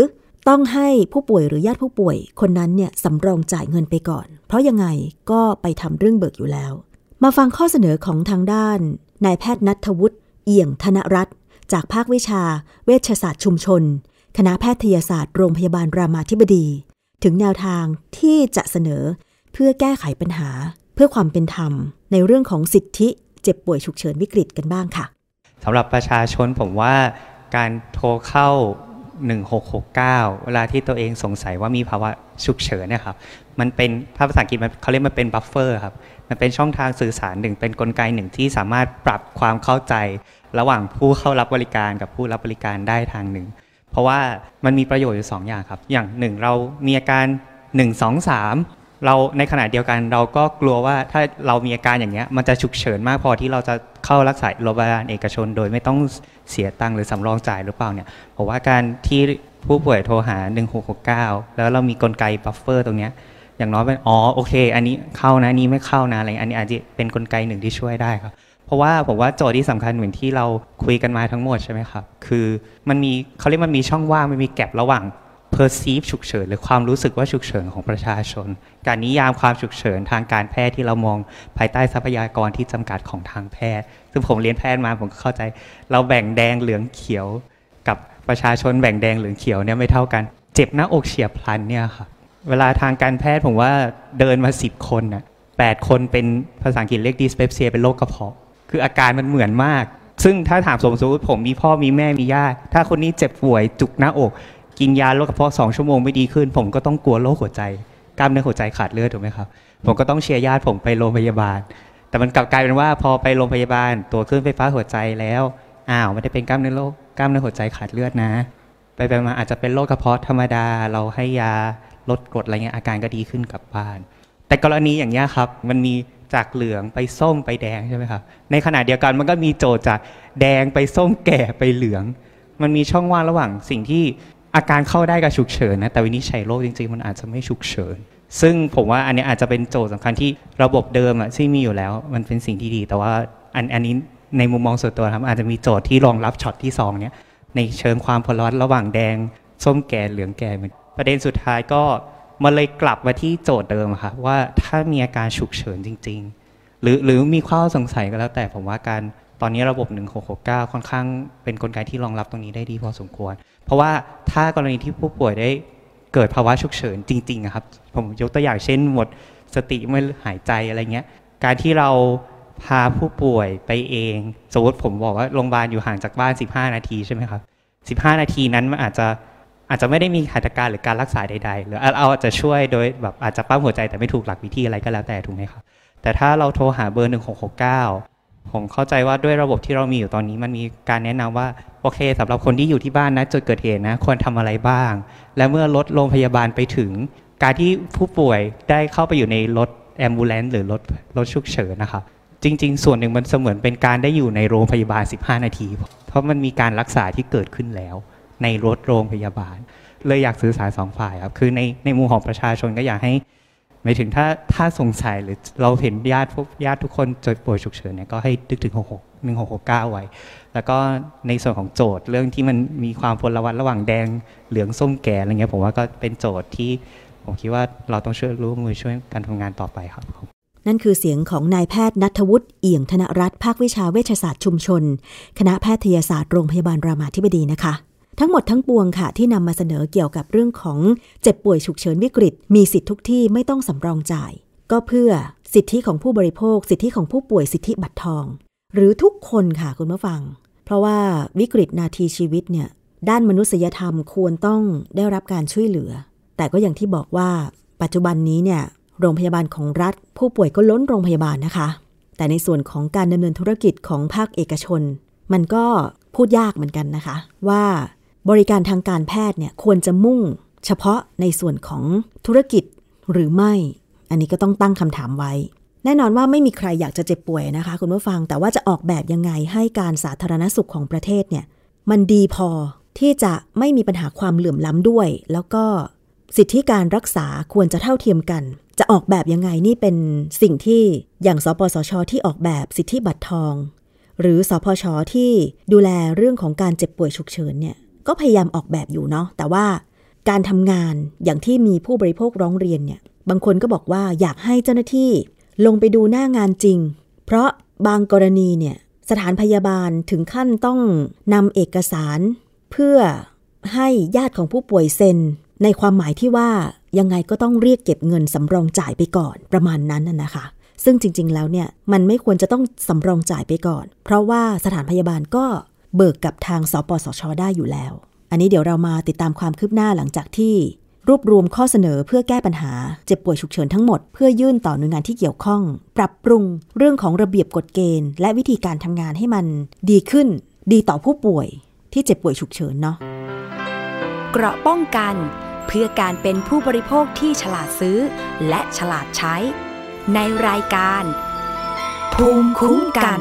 ต้องให้ผู้ป่วยหรือญาติผู้ป่วยคนนั้นเนี่ยสำรองจ่ายเงินไปก่อนเพราะยังไงก็ไปทำเรื่องเบิกอยู่แล้วมาฟังข้อเสนอของทางด้านนายแพทย์ณัฐวุฒิเอี่ยงธนรัตน์จากภาควิชาเวชศาสตร์ชุมชนคณะแพทยศาสตร์โรงพยาบาลรามาธิบดีถึงแนวทางที่จะเสนอเพื่อแก้ไขปัญหาเพื่อความเป็นธรรมในเรื่องของสิทธิเจ็บป่วยฉุกเฉินวิกฤตกันบ้างค่ะสำหรับประชาชนผมว่าการโทรเข้าหนึ่งหกหกเก้าเวลาที่ตัวเองสงสัยว่ามีภาวะฉุกเฉินเนี่ยครับมันเป็นภาษาอังกฤษเขาเรียกมันเป็นบัฟเฟอร์ครับมันเป็นช่องทางสื่อสารหนึ่งเป็นกลไกหนึ่งที่สามารถปรับความเข้าใจระหว่างผู้เข้ารับบริการกับผู้รับบริการได้ทางหนึ่งเพราะว่ามันมีประโยชน์อยู่สองอย่างครับอย่างหนึ่งเรามีอาการหนึ่ง สอง สามเราในขณะเดียวกันเราก็กลัวว่าถ้าเรามีอาการอย่างเงี้ยมันจะฉุกเฉินมากพอที่เราจะเข้ารักษาโรงพยาบาลเอกชนโดยไม่ต้องเสียตังค์หรือสำรองจ่ายหรือเปล่าเนี่ยผมว่าการที่ผู้ป่วยโทรหาหนึ่งหกหกเก้าแล้วเรามีกลไกบัฟเฟอร์ตรงเนี้ยอย่างน้อยเป็นอ๋อโอเคอันนี้เข้านะอันนี้ไม่เข้านะอะไรอันนี้อาจจะเป็นกลไกหนึ่งที่ช่วยได้ครับเพราะว่าผมว่าโจทย์ที่สำคัญเหมือนที่เราคุยกันมาทั้งหมดใช่ไหมครับคือมันมีเขาเรียกมันมีช่องว่างมันมีแกลบระหว่าง perceive ฉุกเฉินหรือความรู้สึกว่าฉุกเฉินของประชาชนการนิยามความฉุกเฉินทางการแพทย์ที่เรามองภายใต้ทรัพยากรที่จำกัดของทางแพทย์ซึ่งผมเรียนแพทย์มาผมก็เข้าใจเราแบ่งแดงเหลืองเขียวกับประชาชนแบ่งแดงเหลืองเขียวเนี่ยไม่เท่ากันเจ็บหน้าอกเฉียบพลันเนี่ยครับเวลาทางการแพทย์ผมว่าเดินมาสิบคนน่ะแปดคนเป็นภาษาอังกฤษเรียก dyspepsia เป็นโรคกระเพาะคืออาการมันเหมือนมากซึ่งถ้าถามสมมติผมมีพ่อมีแม่มีญาติถ้าคนนี้เจ็บป่วยจุกหน้าอกกินยาโรคกระเพาะสองชั่วโมงไม่ดีขึ้นผมก็ต้องกลัวโรคหัวใจกล้ามเนื้อหัวใจขาดเลือดถูกไหมครับผมก็ต้องเชียร์ญาติผมไปโรงพยาบาลแต่มันกลับกลายเป็นว่าพอไปโรงพยาบาลตรวจคลื่นไฟฟ้าหัวใจแล้วอ้าวไม่ได้เป็นกล้ามเนื้อโรคกล้ามเนื้อหัวใจขาดเลือดนะไปไปมาอาจจะเป็นโรคกระเพาะธรรมดาเราให้ยาลดกรดอะไรเงี้ยอาการก็ดีขึ้นกลับบ้านแต่กรณีอย่างเงี้ยครับมันมีจากเหลืองไปส้มไปแดงใช่ไหมครับในขณะเดียวกันมันก็มีโจทย์จากแดงไปส้มแก่ไปเหลืองมันมีช่องว่างระหว่างสิ่งที่อาการเข้าได้กับฉุกเฉินนะแต่วินิจฉัยโรคจริงๆมันอาจจะไม่ฉุกเฉินซึ่งผมว่าอันนี้อาจจะเป็นโจทย์สำคัญที่ระบบเดิมอะที่มีอยู่แล้วมันเป็นสิ่งที่ดีแต่ว่าอันอันนี้ในมุมมองส่วนตัวครับอาจจะมีโจทย์ที่รองรับช็อตที่สองเนี้ยในเชิงความพลวัตระหว่างแดงส้มแก่เหลืองแก่ประเด็นสุดท้ายก็มาเลยกลับมาที่โจทย์เดิมค่ะว่าถ้ามีอาการฉุกเฉินจริงๆหรือหรือมีข้อสงสัยก็แล้วแต่ผมว่าการตอนนี้ระบบหนึ่งหกหกเก้าค่อนข้างเป็นกลไกที่รองรับตรงนี้ได้ดีพอสมควรเพราะว่าถ้ากรณีที่ผู้ป่วยได้เกิดภาวะฉุกเฉินจริงๆครับผมยกตัวอย่างเช่นหมดสติไม่หายใจอะไรเงี้ยการที่เราพาผู้ป่วยไปเองสมมติผมบอกว่าโรงพยาบาลอยู่ห่างจากบ้านสิบห้านาทีใช่ไหมครับสิบห้านาทีนั้นมันอาจจะอาจจะไม่ได้มีหัตถการหรือการรักษาใดๆหรือเอาอาจจะช่วยโดยแบบอาจจะปั๊มหัวใจแต่ไม่ถูกหลักวิธีอะไรก็แล้วแต่ถูกไหมครับแต่ถ้าเราโทรหาเบอร์หนึ่งหกหกเก้าผมเข้าใจว่าด้วยระบบที่เรามีอยู่ตอนนี้มันมีการแนะนำว่าโอเคสำหรับคนที่อยู่ที่บ้านนะจุดเกิดเหตุนะควรทำอะไรบ้างและเมื่อรถโรงพยาบาลไปถึงการที่ผู้ป่วยได้เข้าไปอยู่ในรถแอมบูเลนซ์หรือรถรถฉุกเฉินนะครับจริงๆส่วนหนึ่งมันเสมือนเป็นการได้อยู่ในโรงพยาบาลสิบห้านาทีเพราะมันมีการรักษาที่เกิดขึ้นแล้วในรถโรงพยาบาลเลยอยากสื่อสารสองฝ่ายครับคือในในมุมของประชาชนก็อยากให้หมายถึงถ้าถ้าสงสัยหรือเราเห็นญาติพวกญาติทุกคนเจ็บป่วยฉุกเฉินเนี่ยก็ให้นึกถึงหกหก หนึ่งหกหกเก้าไว้แล้วก็ในส่วนของโจทย์เรื่องที่มันมีความพลวัตระหว่างแดงเหลืองส้มแก่อะไรเงี้ยผมว่าก็เป็นโจทย์ที่ผมคิดว่าเราต้องช่วยร่วมมือช่วยกันทำงานต่อไปครับนั่นคือเสียงของนายแพทย์ณัฐวุฒิเอี่ยงธนรัตน์ภาควิชาเวชศาสตร์ชุมชนคณะแพทยศาสตร์โรงพยาบาลรามาธิบดีนะคะทั้งหมดทั้งปวงค่ะที่นำมาเสนอเกี่ยวกับเรื่องของเจ็บป่วยฉุกเฉินวิกฤตมีสิทธิทุกที่ไม่ต้องสำรองจ่ายก็เพื่อสิทธิของผู้บริโภคสิทธิของผู้ป่วยสิทธิบัตรทองหรือทุกคนค่ะคุณผู้ฟังเพราะว่าวิกฤตนาทีชีวิตเนี่ยด้านมนุษยธรรมควรต้องได้รับการช่วยเหลือแต่ก็อย่างที่บอกว่าปัจจุบันนี้เนี่ยโรงพยาบาลของรัฐผู้ป่วยก็ล้นโรงพยาบาลนะคะแต่ในส่วนของการดำเนินธุรกิจของภาคเอกชนมันก็พูดยากเหมือนกันนะคะว่าบริการทางการแพทย์เนี่ยควรจะมุ่งเฉพาะในส่วนของธุรกิจหรือไม่อันนี้ก็ต้องตั้งคำถามไว้แน่นอนว่าไม่มีใครอยากจะเจ็บป่วยนะคะคุณผู้ฟังแต่ว่าจะออกแบบยังไงให้การสาธารณสุขของประเทศเนี่ยมันดีพอที่จะไม่มีปัญหาความเหลื่อมล้ำด้วยแล้วก็สิทธิการรักษาควรจะเท่าเทียมกันจะออกแบบยังไงนี่เป็นสิ่งที่อย่างสปสช.ที่ออกแบบสิทธิบัตรทองหรือสพช.ที่ดูแลเรื่องของการเจ็บป่วยฉุกเฉินเนี่ยก็พยายามออกแบบอยู่เนาะแต่ว่าการทำงานอย่างที่มีผู้บริโภคร้องเรียนเนี่ยบางคนก็บอกว่าอยากให้เจ้าหน้าที่ลงไปดูหน้างานจริงเพราะบางกรณีเนี่ยสถานพยาบาลถึงขั้นต้องนำเอกสารเพื่อให้ญาติของผู้ป่วยเซ็นในความหมายที่ว่ายังไงก็ต้องเรียกเก็บเงินสำรองจ่ายไปก่อนประมาณนั้นน่ะนะคะซึ่งจริงๆแล้วเนี่ยมันไม่ควรจะต้องสำรองจ่ายไปก่อนเพราะว่าสถานพยาบาลก็เบิกกับทางสปสช.ได้อยู่แล้วอันนี้เดี๋ยวเรามาติดตามความคืบหน้าหลังจากที่รวบรวมข้อเสนอเพื่อแก้ปัญหาเจ็บป่วยฉุกเฉินทั้งหมดเพื่อยื่นต่อหน่วยงานที่เกี่ยวข้องปรับปรุงเรื่องของระเบียบกฎเกณฑ์และวิธีการทำงานให้มันดีขึ้นดีต่อผู้ป่วยที่เจ็บป่วยฉุกเฉินเนาะเกราะป้องกันเพื่อการเป็นผู้บริโภคที่ฉลาดซื้อและฉลาดใช้ในรายการภูมิคุ้มกัน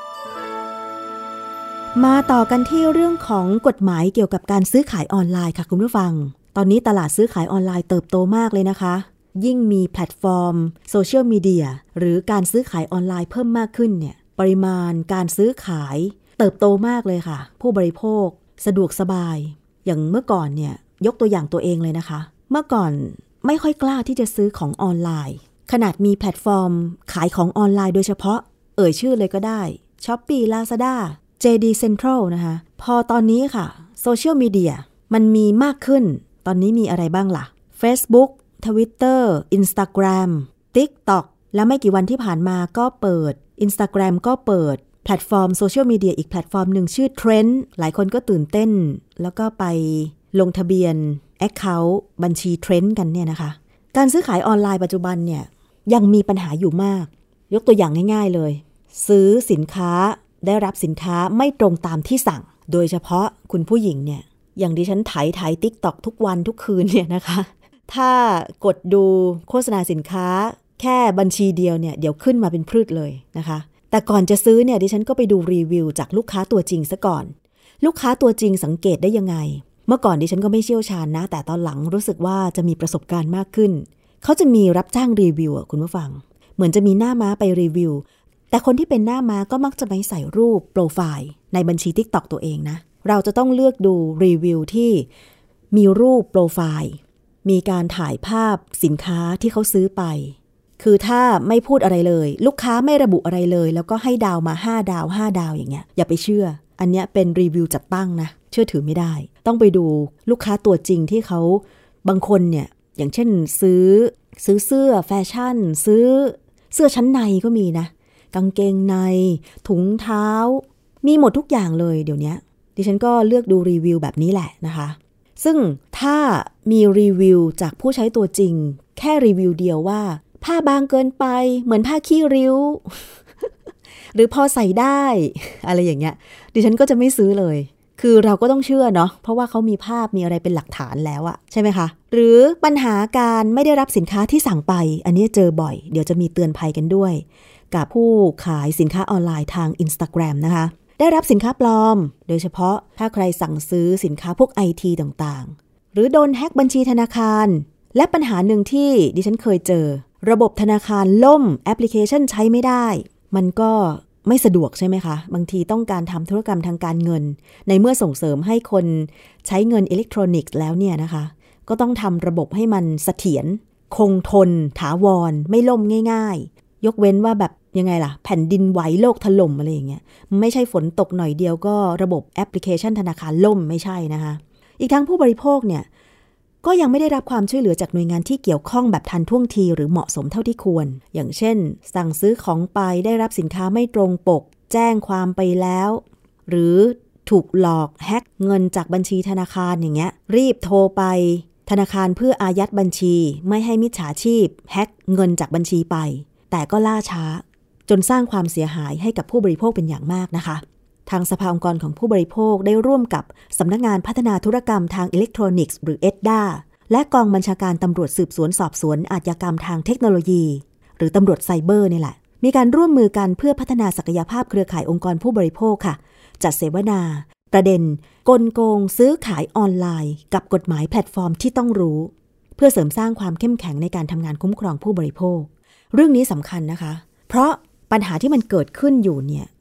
มาต่อกันที่เรื่องของกฎหมายเกี่ยวกับการซื้อขายออนไลน์ค่ะคุณผู้ฟังตอนนี้ตลาดซื้อขายออนไลน์เติบโตมากเลยนะคะยิ่งมีแพลตฟอร์มโซเชียลมีเดียหรือการซื้อขายออนไลน์เพิ่มมากขึ้นเนี่ยปริมาณการซื้อขายเติบโตมากเลยค่ะผู้บริโภคสะดวกสบายอย่างเมื่อก่อนเนี่ยยกตัวอย่างตัวเองเลยนะคะเมื่อก่อนไม่ค่อยกล้าที่จะซื้อของออนไลน์ขนาดมีแพลตฟอร์มขายของออนไลน์โดยเฉพาะเอ่ยชื่อเลยก็ได้ Shopee Lazada เจ ดี Central นะคะพอตอนนี้ค่ะโซเชียลมีเดียมันมีมากขึ้นตอนนี้มีอะไรบ้างล่ะ Facebook Twitter Instagram TikTok แล้วไม่กี่วันที่ผ่านมาก็เปิด Instagram ก็เปิดแพลตฟอร์มโซเชียลมีเดียอีกแพลตฟอร์มหนึ่งชื่อ Trend หลายคนก็ตื่นเต้นแล้วก็ไปลงทะเบียน Account บัญชี Trend กันเนี่ยนะคะการซื้อขายออนไลน์ปัจจุบันเนี่ยยังมีปัญหาอยู่มากยกตัวอย่างง่ายๆเลยซื้อสินค้าได้รับสินค้าไม่ตรงตามที่สั่งโดยเฉพาะคุณผู้หญิงเนี่ยอย่างดิฉันไถไถ TikTok ทุกวันทุกคืนเนี่ยนะคะถ้ากดดูโฆษณาสินค้าแค่บัญชีเดียวเนี่ยเดี๋ยวขึ้นมาเป็นพืชเลยนะคะแต่ก่อนจะซื้อเนี่ยดิฉันก็ไปดูรีวิวจากลูกค้าตัวจริงซะก่อนลูกค้าตัวจริงสังเกตได้ยังไงเมื่อก่อนดิฉันก็ไม่เชี่ยวชาญนะแต่ตอนหลังรู้สึกว่าจะมีประสบการณ์มากขึ้นเขาจะมีรับจ้างรีวิวอ่ะคุณผู้ฟังเหมือนจะมีหน้าม้าไปรีวิวแต่คนที่เป็นหน้าม้าก็มักจะไม่ใส่รูปโปรไฟล์ในบัญชี TikTok ตัวเองนะเราจะต้องเลือกดูรีวิวที่มีรูปโปรไฟล์มีการถ่ายภาพสินค้าที่เขาซื้อไปคือถ้าไม่พูดอะไรเลยลูกค้าไม่ระบุอะไรเลยแล้วก็ให้ดาวมาห้าดาวห้าดาวอย่างเงี้ยอย่าไปเชื่ออันเนี้ยเป็นรีวิวจัดตั้งนะเชื่อถือไม่ได้ต้องไปดูลูกค้าตัวจริงที่เขาบางคนเนี่ยอย่างเช่นซื้อซื้อเสื้อแฟชั่นซื้อเสื้อชั้นในก็มีนะกางเกงในถุงเท้ามีหมดทุกอย่างเลยเดี๋ยวนี้ดิฉันก็เลือกดูรีวิวแบบนี้แหละนะคะซึ่งถ้ามีรีวิวจากผู้ใช้ตัวจริงแค่รีวิวเดียวว่าผ้าบางเกินไปเหมือนผ้าขี้ริ้ว หรือพอใส่ได้อะไรอย่างเงี้ยดิฉันก็จะไม่ซื้อเลยคือเราก็ต้องเชื่อเนาะเพราะว่าเขามีภาพมีอะไรเป็นหลักฐานแล้วอะใช่ไหมคะหรือปัญหาการไม่ได้รับสินค้าที่สั่งไปอันนี้เจอบ่อยเดี๋ยวจะมีเตือนภัยกันด้วยกับผู้ขายสินค้าออนไลน์ทาง Instagram นะคะได้รับสินค้าปลอมโดยเฉพาะถ้าใครสั่งซื้อสินค้าพวก ไอ ที ต่างๆหรือโดนแฮ็กบัญชีธนาคารและปัญหาหนึ่งที่ดิฉันเคยเจอระบบธนาคารล่มแอปพลิเคชันใช้ไม่ได้มันก็ไม่สะดวกใช่ไหมคะบางทีต้องการทำธุรกรรมทางการเงินในเมื่อส่งเสริมให้คนใช้เงินอิเล็กทรอนิกส์แล้วเนี่ยนะคะก็ต้องทำระบบให้มันเสถียรคงทนถาวรไม่ล่มง่ายๆยกเว้นว่าแบบยังไงล่ะแผ่นดินไหวโลกถล่มอะไรอย่างเงี้ยไม่ใช่ฝนตกหน่อยเดียวก็ระบบแอปพลิเคชันธนาคารล่มไม่ใช่นะคะอีกทั้งผู้บริโภคเนี่ยก็ยังไม่ได้รับความช่วยเหลือจากหน่วยงานที่เกี่ยวข้องแบบทันท่วงทีหรือเหมาะสมเท่าที่ควรอย่างเช่นสั่งซื้อของไปได้รับสินค้าไม่ตรงปกแจ้งความไปแล้วหรือถูกหลอกแฮ็กเงินจากบัญชีธนาคารอย่างเงี้ยรีบโทรไปธนาคารเพื่ออายัดบัญชีไม่ให้มิจฉาชีพแฮ็กเงินจากบัญชีไปแต่ก็ล่าช้าจนสร้างความเสียหายให้กับผู้บริโภคเป็นอย่างมากนะคะทางสภาองค์กรของผู้บริโภคได้ร่วมกับสำนักงานพัฒนาธุรกรรมทางอิเล็กทรอนิกส์หรือ เอด ดา และกองบัญชาการตำรวจสืบสวนสอบสวนอาชญากรรมทางเทคโนโลยีหรือตำรวจไซเบอร์นี่แหละมีการร่วมมือกันเพื่อพัฒนาศักยภาพเครือข่ายองค์กรผู้บริโภคค่ะจัดเสวนาประเด็นกลโกงซื้อขายออนไลน์กับกฎหมายแพลตฟอร์มที่ต้องรู้เพื่อเสริมสร้างความเข้มแข็งในการทำงานคุ้มครองผู้บริโภคเรื่องนี้สำคัญนะคะเพราะปัญหาที่มันเกิดขึ้นอยู่เนี่ย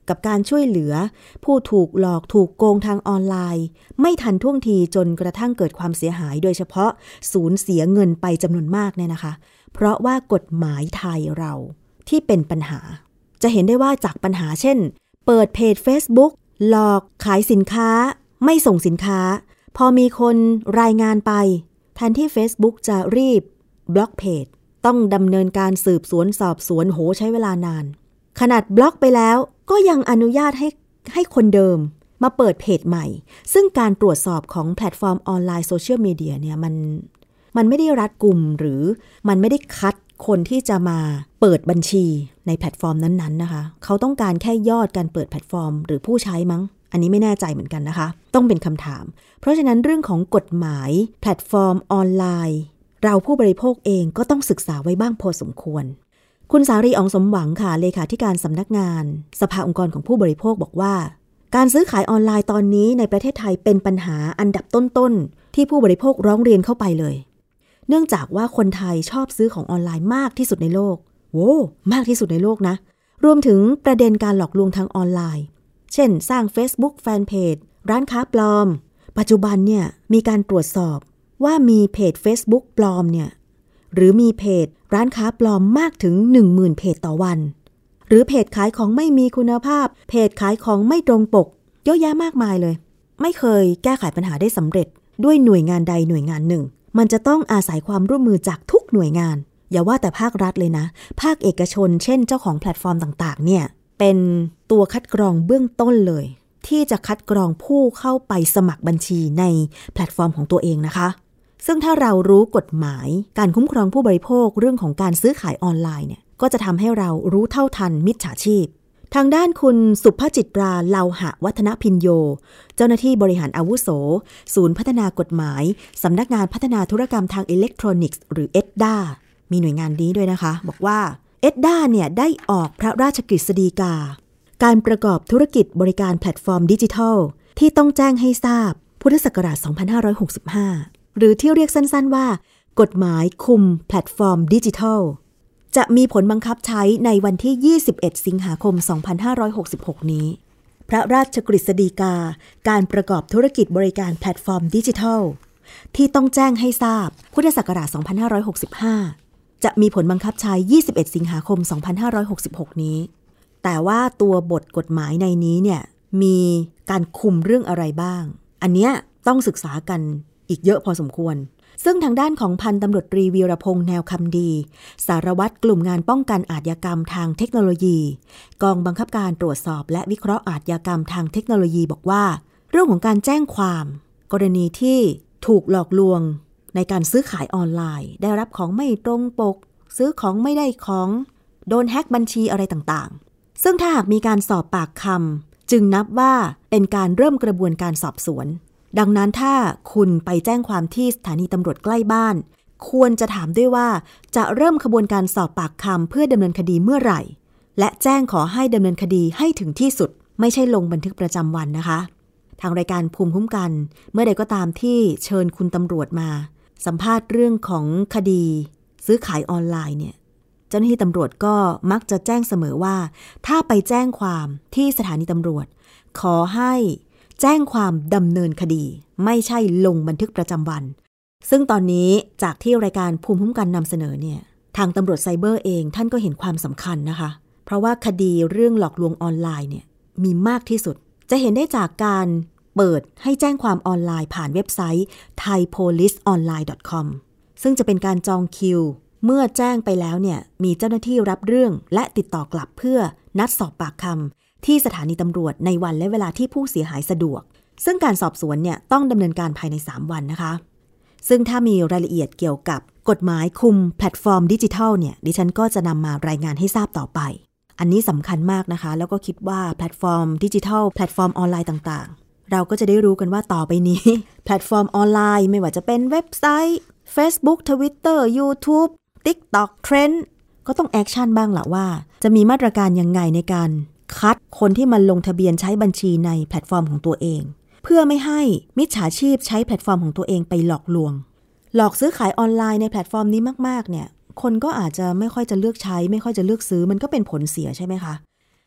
กับการช่วยเหลือผู้ถูกหลอกถูกโกงทางออนไลน์ไม่ทันท่วงทีจนกระทั่งเกิดความเสียหายโดยเฉพาะสูญเสียเงินไปจำนวนมากเนี่ยนะคะเพราะว่ากฎหมายไทยเราที่เป็นปัญหาจะเห็นได้ว่าจากปัญหาเช่นเปิดเพจ Facebook หลอกขายสินค้าไม่ส่งสินค้าพอมีคนรายงานไปแทนที่ Facebook จะรีบบล็อกเพจต้องดำเนินการสืบสวนสอบสวนโหใช้เวลานานขนาดบล็อกไปแล้วก็ยังอนุญาตให้ให้คนเดิมมาเปิดเพจใหม่ซึ่งการตรวจสอบของแพลตฟอร์มออนไลน์โซเชียลมีเดียเนี่ยมันมันไม่ได้รัดกุมหรือมันไม่ได้คัดคนที่จะมาเปิดบัญชีในแพลตฟอร์มนั้นๆนะคะเขาต้องการแค่ยอดการเปิดแพลตฟอร์มหรือผู้ใช้มั้งอันนี้ไม่แน่ใจเหมือนกันนะคะต้องเป็นคำถามเพราะฉะนั้นเรื่องของกฎหมายแพลตฟอร์มออนไลน์เราผู้บริโภคเองก็ต้องศึกษาไว้บ้างพอสมควรคุณสารีอองสมหวังค่ะเลขาธิการสำนักงานสภาองค์กรของผู้บริโภคบอกว่าการซื้อขายออนไลน์ตอนนี้ในประเทศไทยเป็นปัญหาอันดับต้นๆที่ผู้บริโภคร้องเรียนเข้าไปเลยเนื่องจากว่าคนไทยชอบซื้อของออนไลน์มากที่สุดในโลกโว้มากที่สุดในโลกนะรวมถึงประเด็นการหลอกลวงทางออนไลน์เช่นสร้าง Facebook Fanpage ร้านค้าปลอมปัจจุบันเนี่ยมีการตรวจสอบว่ามีเพจ Facebook ปลอมเนี่ยหรือมีเพจร้านค้าปลอมมากถึง หนึ่งหมื่น เพจต่อวันหรือเพจขายของไม่มีคุณภาพเพจขายของไม่ตรงปกเยอะแยะมากมายเลยไม่เคยแก้ไขปัญหาได้สำเร็จด้วยหน่วยงานใดหน่วยงานหนึ่งมันจะต้องอาศัยความร่วมมือจากทุกหน่วยงานอย่าว่าแต่ภาครัฐเลยนะภาคเอกชนเช่นเจ้าของแพลตฟอร์มต่างๆเนี่ยเป็นตัวคัดกรองเบื้องต้นเลยที่จะคัดกรองผู้เข้าไปสมัครบัญชีในแพลตฟอร์มของตัวเองนะคะซึ่งถ้าเรารู้กฎหมายการคุ้มครองผู้บริโภคเรื่องของการซื้อขายออนไลน์เนี่ยก็จะทำให้เรารู้เท่าทันมิจฉาชีพทางด้านคุณสุภจิตราเลาหะวัฒนพิญโยเจ้าหน้าที่บริหารอาวุโสศูนย์พัฒนากฎหมายสำนักงานพัฒนาธุรกรรมทางอิเล็กทรอนิกส์หรือ เอ ดี เอ มีหน่วยงานนี้ด้วยนะคะบอกว่า เอ ดี เอ เนี่ยได้ออกพระราชกฤษฎีกาการประกอบธุรกิจบริการแพลตฟอร์มดิจิทัลที่ต้องแจ้งให้ทราบพุทธศักราชสองพันห้าร้อยหกสิบห้าหรือที่เรียกสั้นๆว่ากฎหมายคุมแพลตฟอร์มดิจิทัลจะมีผลบังคับใช้ในวันที่ยี่สิบเอ็ดสิงหาคมสองพันห้าร้อยหกสิบหกนี้พระราชกฤษฎีกาการประกอบธุรกิจบริการแพลตฟอร์มดิจิทัลที่ต้องแจ้งให้ทราบพุทธศักราชสองพันห้าร้อยหกสิบห้าจะมีผลบังคับใช้ยี่สิบเอ็ดสิงหาคมสองพันห้าร้อยหกสิบหกนี้แต่ว่าตัวบทกฎหมายในนี้เนี่ยมีการคุมเรื่องอะไรบ้างอันเนี้ยต้องศึกษากันอีกเยอะพอสมควรซึ่งทางด้านของพันตำรวจตรีวีรพงษ์แนวคำดีสารวัตรกลุ่มงานป้องกันอาชญากรรมทางเทคโนโลยีกองบังคับการตรวจสอบและวิเคราะห์อาชญากรรมทางเทคโนโลยีบอกว่าเรื่องของการแจ้งความกรณีที่ถูกหลอกลวงในการซื้อขายออนไลน์ได้รับของไม่ตรงปกซื้อของไม่ได้ของโดนแฮ็กบัญชีอะไรต่างๆซึ่งถ้าหากมีการสอบปากคำจึงนับว่าเป็นการเริ่มกระบวนการสอบสวนดังนั้นถ้าคุณไปแจ้งความที่สถานีตำรวจใกล้บ้านควรจะถามด้วยว่าจะเริ่มขบวนการสอบปากคำเพื่อดำเนินคดีเมื่อไหร่และแจ้งขอให้ดำเนินคดีให้ถึงที่สุดไม่ใช่ลงบันทึกประจำวันนะคะทางรายการภูมิคุ้มกันเมื่อใดก็ตามที่เชิญคุณตำรวจมาสัมภาษณ์เรื่องของคดีซื้อขายออนไลน์เนี่ยเจ้าหน้าที่ตำรวจก็มักจะแจ้งเสมอว่าถ้าไปแจ้งความที่สถานีตำรวจขอให้แจ้งความดำเนินคดีไม่ใช่ลงบันทึกประจำวันซึ่งตอนนี้จากที่รายการภูมิคุ้มกันนำเสนอเนี่ยทางตำรวจไซเบอร์เองท่านก็เห็นความสำคัญนะคะเพราะว่าคดีเรื่องหลอกลวงออนไลน์เนี่ยมีมากที่สุดจะเห็นได้จากการเปิดให้แจ้งความออนไลน์ผ่านเว็บไซต์ ไทยโพลิสออนไลน์ ดอท คอม ซึ่งจะเป็นการจองคิวเมื่อแจ้งไปแล้วเนี่ยมีเจ้าหน้าที่รับเรื่องและติดต่อกลับเพื่อนัดสอบปากคำที่สถานีตำรวจในวันและเวลาที่ผู้เสียหายสะดวกซึ่งการสอบสวนเนี่ยต้องดำเนินการภายในสามวันนะคะซึ่งถ้ามีรายละเอียดเกี่ยวกับกฎหมายคุมแพลตฟอร์มดิจิทัลเนี่ยดิฉันก็จะนำมารายงานให้ทราบต่อไปอันนี้สำคัญมากนะคะแล้วก็คิดว่าแพลตฟอร์มดิจิทัลแพลตฟอร์มออนไลน์ต่างๆเราก็จะได้รู้กันว่าต่อไปนี้แพลตฟอร์มออนไลน์ไม่ว่าจะเป็นเว็บไซต์ Facebook Twitter YouTube TikTok Trend ก็ต้องแอคชั่นบ้างล่ะว่าจะมีมาตรการยังไงในการคัดคนที่มาลงทะเบียนใช้บัญชีในแพลตฟอร์มของตัวเองเพื่อไม่ให้มิจฉาชีพใช้แพลตฟอร์มของตัวเองไปหลอกลวงหลอกซื้อขายออนไลน์ในแพลตฟอร์มนี้มากๆเนี่ยคนก็อาจจะไม่ค่อยจะเลือกใช้ไม่ค่อยจะเลือกซื้อมันก็เป็นผลเสียใช่ไหมคะ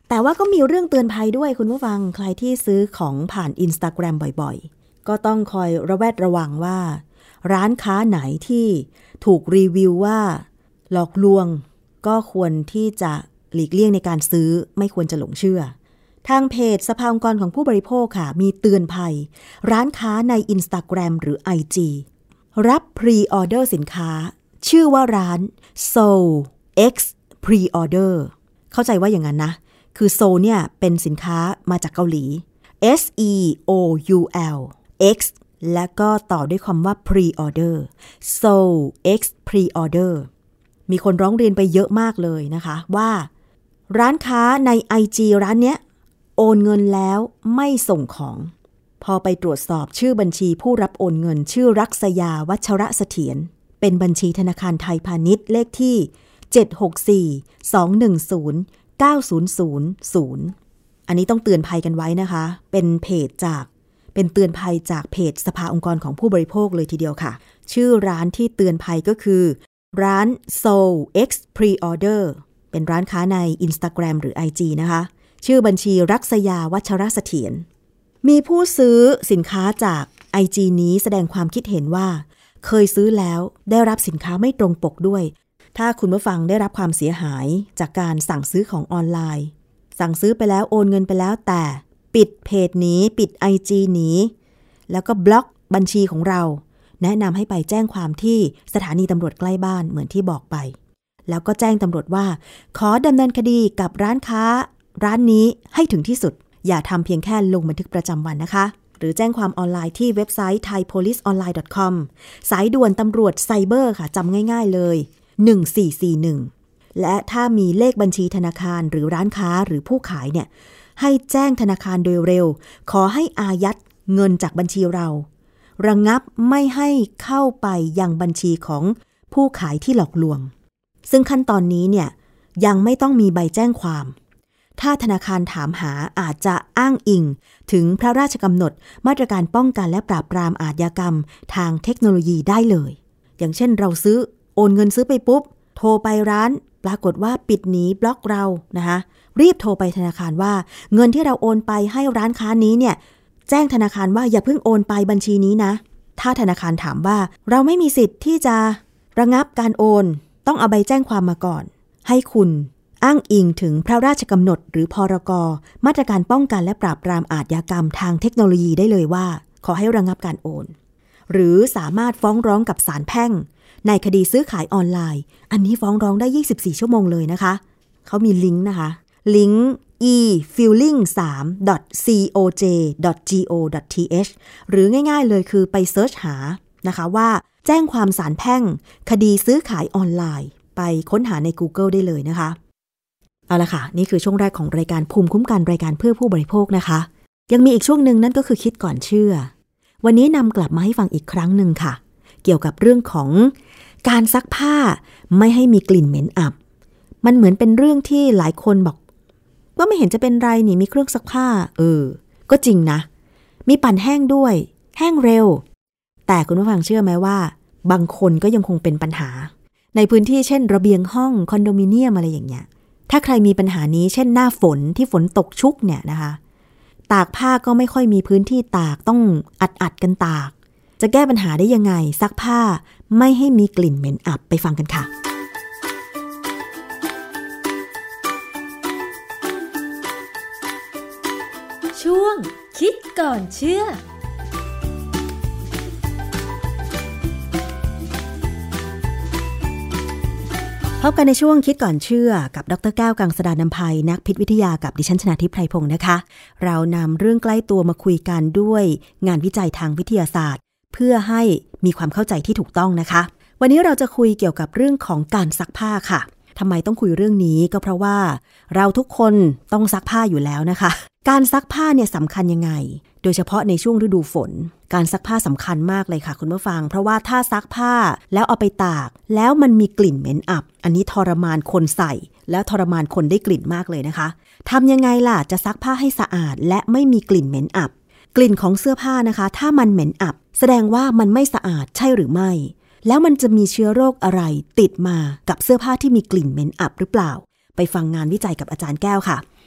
แต่ว่าก็มีเรื่องเตือนภัยด้วยคุณผู้ฟังใครที่ซื้อของผ่าน Instagram บ่อยๆก็ต้องคอยระแวดระวังว่าร้านค้าไหนที่ถูกรีวิวว่าหลอกลวงก็ควรที่จะหลีกเลี่ยงในการซื้อไม่ควรจะหลงเชื่อทางเพจสภาองค์กรของผู้บริโภคค่ะมีเตือนภัยร้านค้าใน Instagram หรือ ไอ จี รับพรีออเดอร์สินค้าชื่อว่าร้าน Soul X Pre-order เข้าใจว่าอย่างนั้นนะคือ Soul เนี่ยเป็นสินค้ามาจากเกาหลี S E O U L X และก็ต่อด้วยคำว่า Pre-order Soul X Pre-order มีคนร้องเรียนไปเยอะมากเลยนะคะว่าร้านค้าใน ไอ จี ร้านเนี้ยโอนเงินแล้วไม่ส่งของพอไปตรวจสอบชื่อบัญชีผู้รับโอนเงินชื่อรักษยาวัชระเสถียรเป็นบัญชีธนาคารไทยพาณิชย์เลขที่เจ็ด หก สี่ สอง หนึ่ง ศูนย์ เก้า ศูนย์ ศูนย์ ศูนย์อันนี้ต้องเตือนภัยกันไว้นะคะเป็นเพจจากเป็นเตือนภัยจากเพจสภาองค์กรของผู้บริโภคเลยทีเดียวค่ะชื่อร้านที่เตือนภัยก็คือร้าน Soul X Pre-order เป็นร้านค้าใน Instagram หรือ ไอ จี นะคะชื่อบัญชีรักษยาวัชระเสถียรมีผู้ซื้อสินค้าจาก ไอ จี นี้แสดงความคิดเห็นว่าเคยซื้อแล้วได้รับสินค้าไม่ตรงปกด้วยถ้าคุณผู้ฟังได้รับความเสียหายจากการสั่งซื้อของออนไลน์สั่งซื้อไปแล้วโอนเงินไปแล้วแต่ปิดเพจนี้ปิด ไอ จี นี้แล้วก็บล็อกบัญชีของเราแนะนำให้ไปแจ้งความที่สถานีตำรวจใกล้บ้านเหมือนที่บอกไปแล้วก็แจ้งตำรวจว่าขอดำเนินคดีกับร้านค้าร้านนี้ให้ถึงที่สุดอย่าทำเพียงแค่ลงบันทึกประจำวันนะคะหรือแจ้งความออนไลน์ที่เว็บไซต์ ไทยโพลิสออนไลน์ ดอท คอม สายด่วนตำรวจไซเบอร์ค่ะจำง่ายๆเลยหนึ่งสี่สี่หนึ่งและถ้ามีเลขบัญชีธนาคารหรือร้านค้าหรือผู้ขายเนี่ยให้แจ้งธนาคารโดยเร็วขอให้อายัดเงินจากบัญชีเราระงับไม่ให้เข้าไปยังบัญชีของผู้ขายที่หลอกลวงซึ่งขั้นตอนนี้เนี่ยยังไม่ต้องมีใบแจ้งความถ้าธนาคารถามหาอาจจะอ้างอิงถึงพระราชกำหนดมาตรการป้องกันและปราบปรามอาชญากรรมทางเทคโนโลยีได้เลยอย่างเช่นเราซื้อโอนเงินซื้อไปปุ๊บโทรไปร้านปรากฏว่าปิดหนีบล็อกเรานะคะรีบโทรไปธนาคารว่าเงินที่เราโอนไปให้ร้านค้านี้เนี่ยแจ้งธนาคารว่าอย่าเพิ่งโอนไปบัญชีนี้นะถ้าธนาคารถามว่าเราไม่มีสิทธิ์ที่จะระงับการโอนต้องเอาใบแจ้งความมาก่อนให้คุณอ้างอิงถึงพระราชกำหนดหรือพรก.มาตรการป้องกันและปราบปรามอาชญากรรมทางเทคโนโลยีได้เลยว่าขอให้ระงับการโอนหรือสามารถฟ้องร้องกับศาลแพ่งในคดีซื้อขายออนไลน์อันนี้ฟ้องร้องได้ยี่สิบสี่ชั่วโมงเลยนะคะเขามีลิงก์นะคะลิงก์ อี ฟิลลิ่ง ทรี ดอท ซี โอ เจ ดอท จี โอ ดอท ที เอช หรือง่ายๆเลยคือไปเซิร์ชหานะคะว่าแจ้งความศาลแพ่งคดีซื้อขายออนไลน์ไปค้นหาใน Google ได้เลยนะคะเอาละค่ะนี่คือช่วงแรกของรายการภูมิคุ้มกันรายการเพื่อผู้บริโภคนะคะยังมีอีกช่วงนึงนั่นก็คือคิดก่อนเชื่อวันนี้นำกลับมาให้ฟังอีกครั้งหนึ่งค่ะเกี่ยวกับเรื่องของการซักผ้าไม่ให้มีกลิ่นเหม็นอับมันเหมือนเป็นเรื่องที่หลายคนบอกว่าไม่เห็นจะเป็นไรนี่มีเครื่องซักผ้าเออก็จริงนะมีปั่นแห้งด้วยแห้งเร็วแต่คุณผู้ฟังเชื่อไหมว่าบางคนก็ยังคงเป็นปัญหาในพื้นที่เช่นระเบียงห้องคอนโดมิเนียมอะไรอย่างเงี้ยถ้าใครมีปัญหานี้เช่นหน้าฝนที่ฝนตกชุกเนี่ยนะคะตากผ้าก็ไม่ค่อยมีพื้นที่ตากต้องอัดอัดกันตากจะแก้ปัญหาได้ยังไงซักผ้าไม่ให้มีกลิ่นเหม็นอับไปฟังกันค่ะช่วงคิดก่อนเชื่อพบกันในช่วงคิดก่อนเชื่อกับดรแก้วกังสดาลอำไพนักพิษวิทยากับดิฉันชนาทิพย์ไพรพงศ์นะคะเรานำเรื่องใกล้ตัวมาคุยกันด้วยงานวิจัยทางวิทยาศาสตร์เพื่อให้มีความเข้าใจที่ถูกต้องนะคะวันนี้เราจะคุยเกี่ยวกับเรื่องของการซักผ้าค่ะทำไมต้องคุยเรื่องนี้ก็เพราะว่าเราทุกคนต้องซักผ้าอยู่แล้วนะคะการซักผ้าเนี่ยสำคัญยังไงโดยเฉพาะในช่วงฤดูฝนการซักผ้าสำคัญมากเลยค่ะคุณผู้ฟังเพราะว่าถ้าซักผ้าแล้วเอาไปตากแล้วมันมีกลิ่นเหม็นอับอันนี้ทรมานคนใส่แล้วทรมานคนได้กลิ่นมากเลยนะคะทำยังไงล่ะจะซักผ้าให้สะอาดและไม่มีกลิ่นเหม็นอับกลิ่นของเสื้อผ้านะคะถ้ามันเหม็นอับแสดงว่ามันไม่สะอาดใช่หรือไม่แล้วมันจะมีเชื้อโรคอะไรติดมากับเสื้อผ้าที่มีกลิ่นเหม็นอับหรือเปล่าไปฟังงานวิจัยกับอาจารย์แก้วค่ะ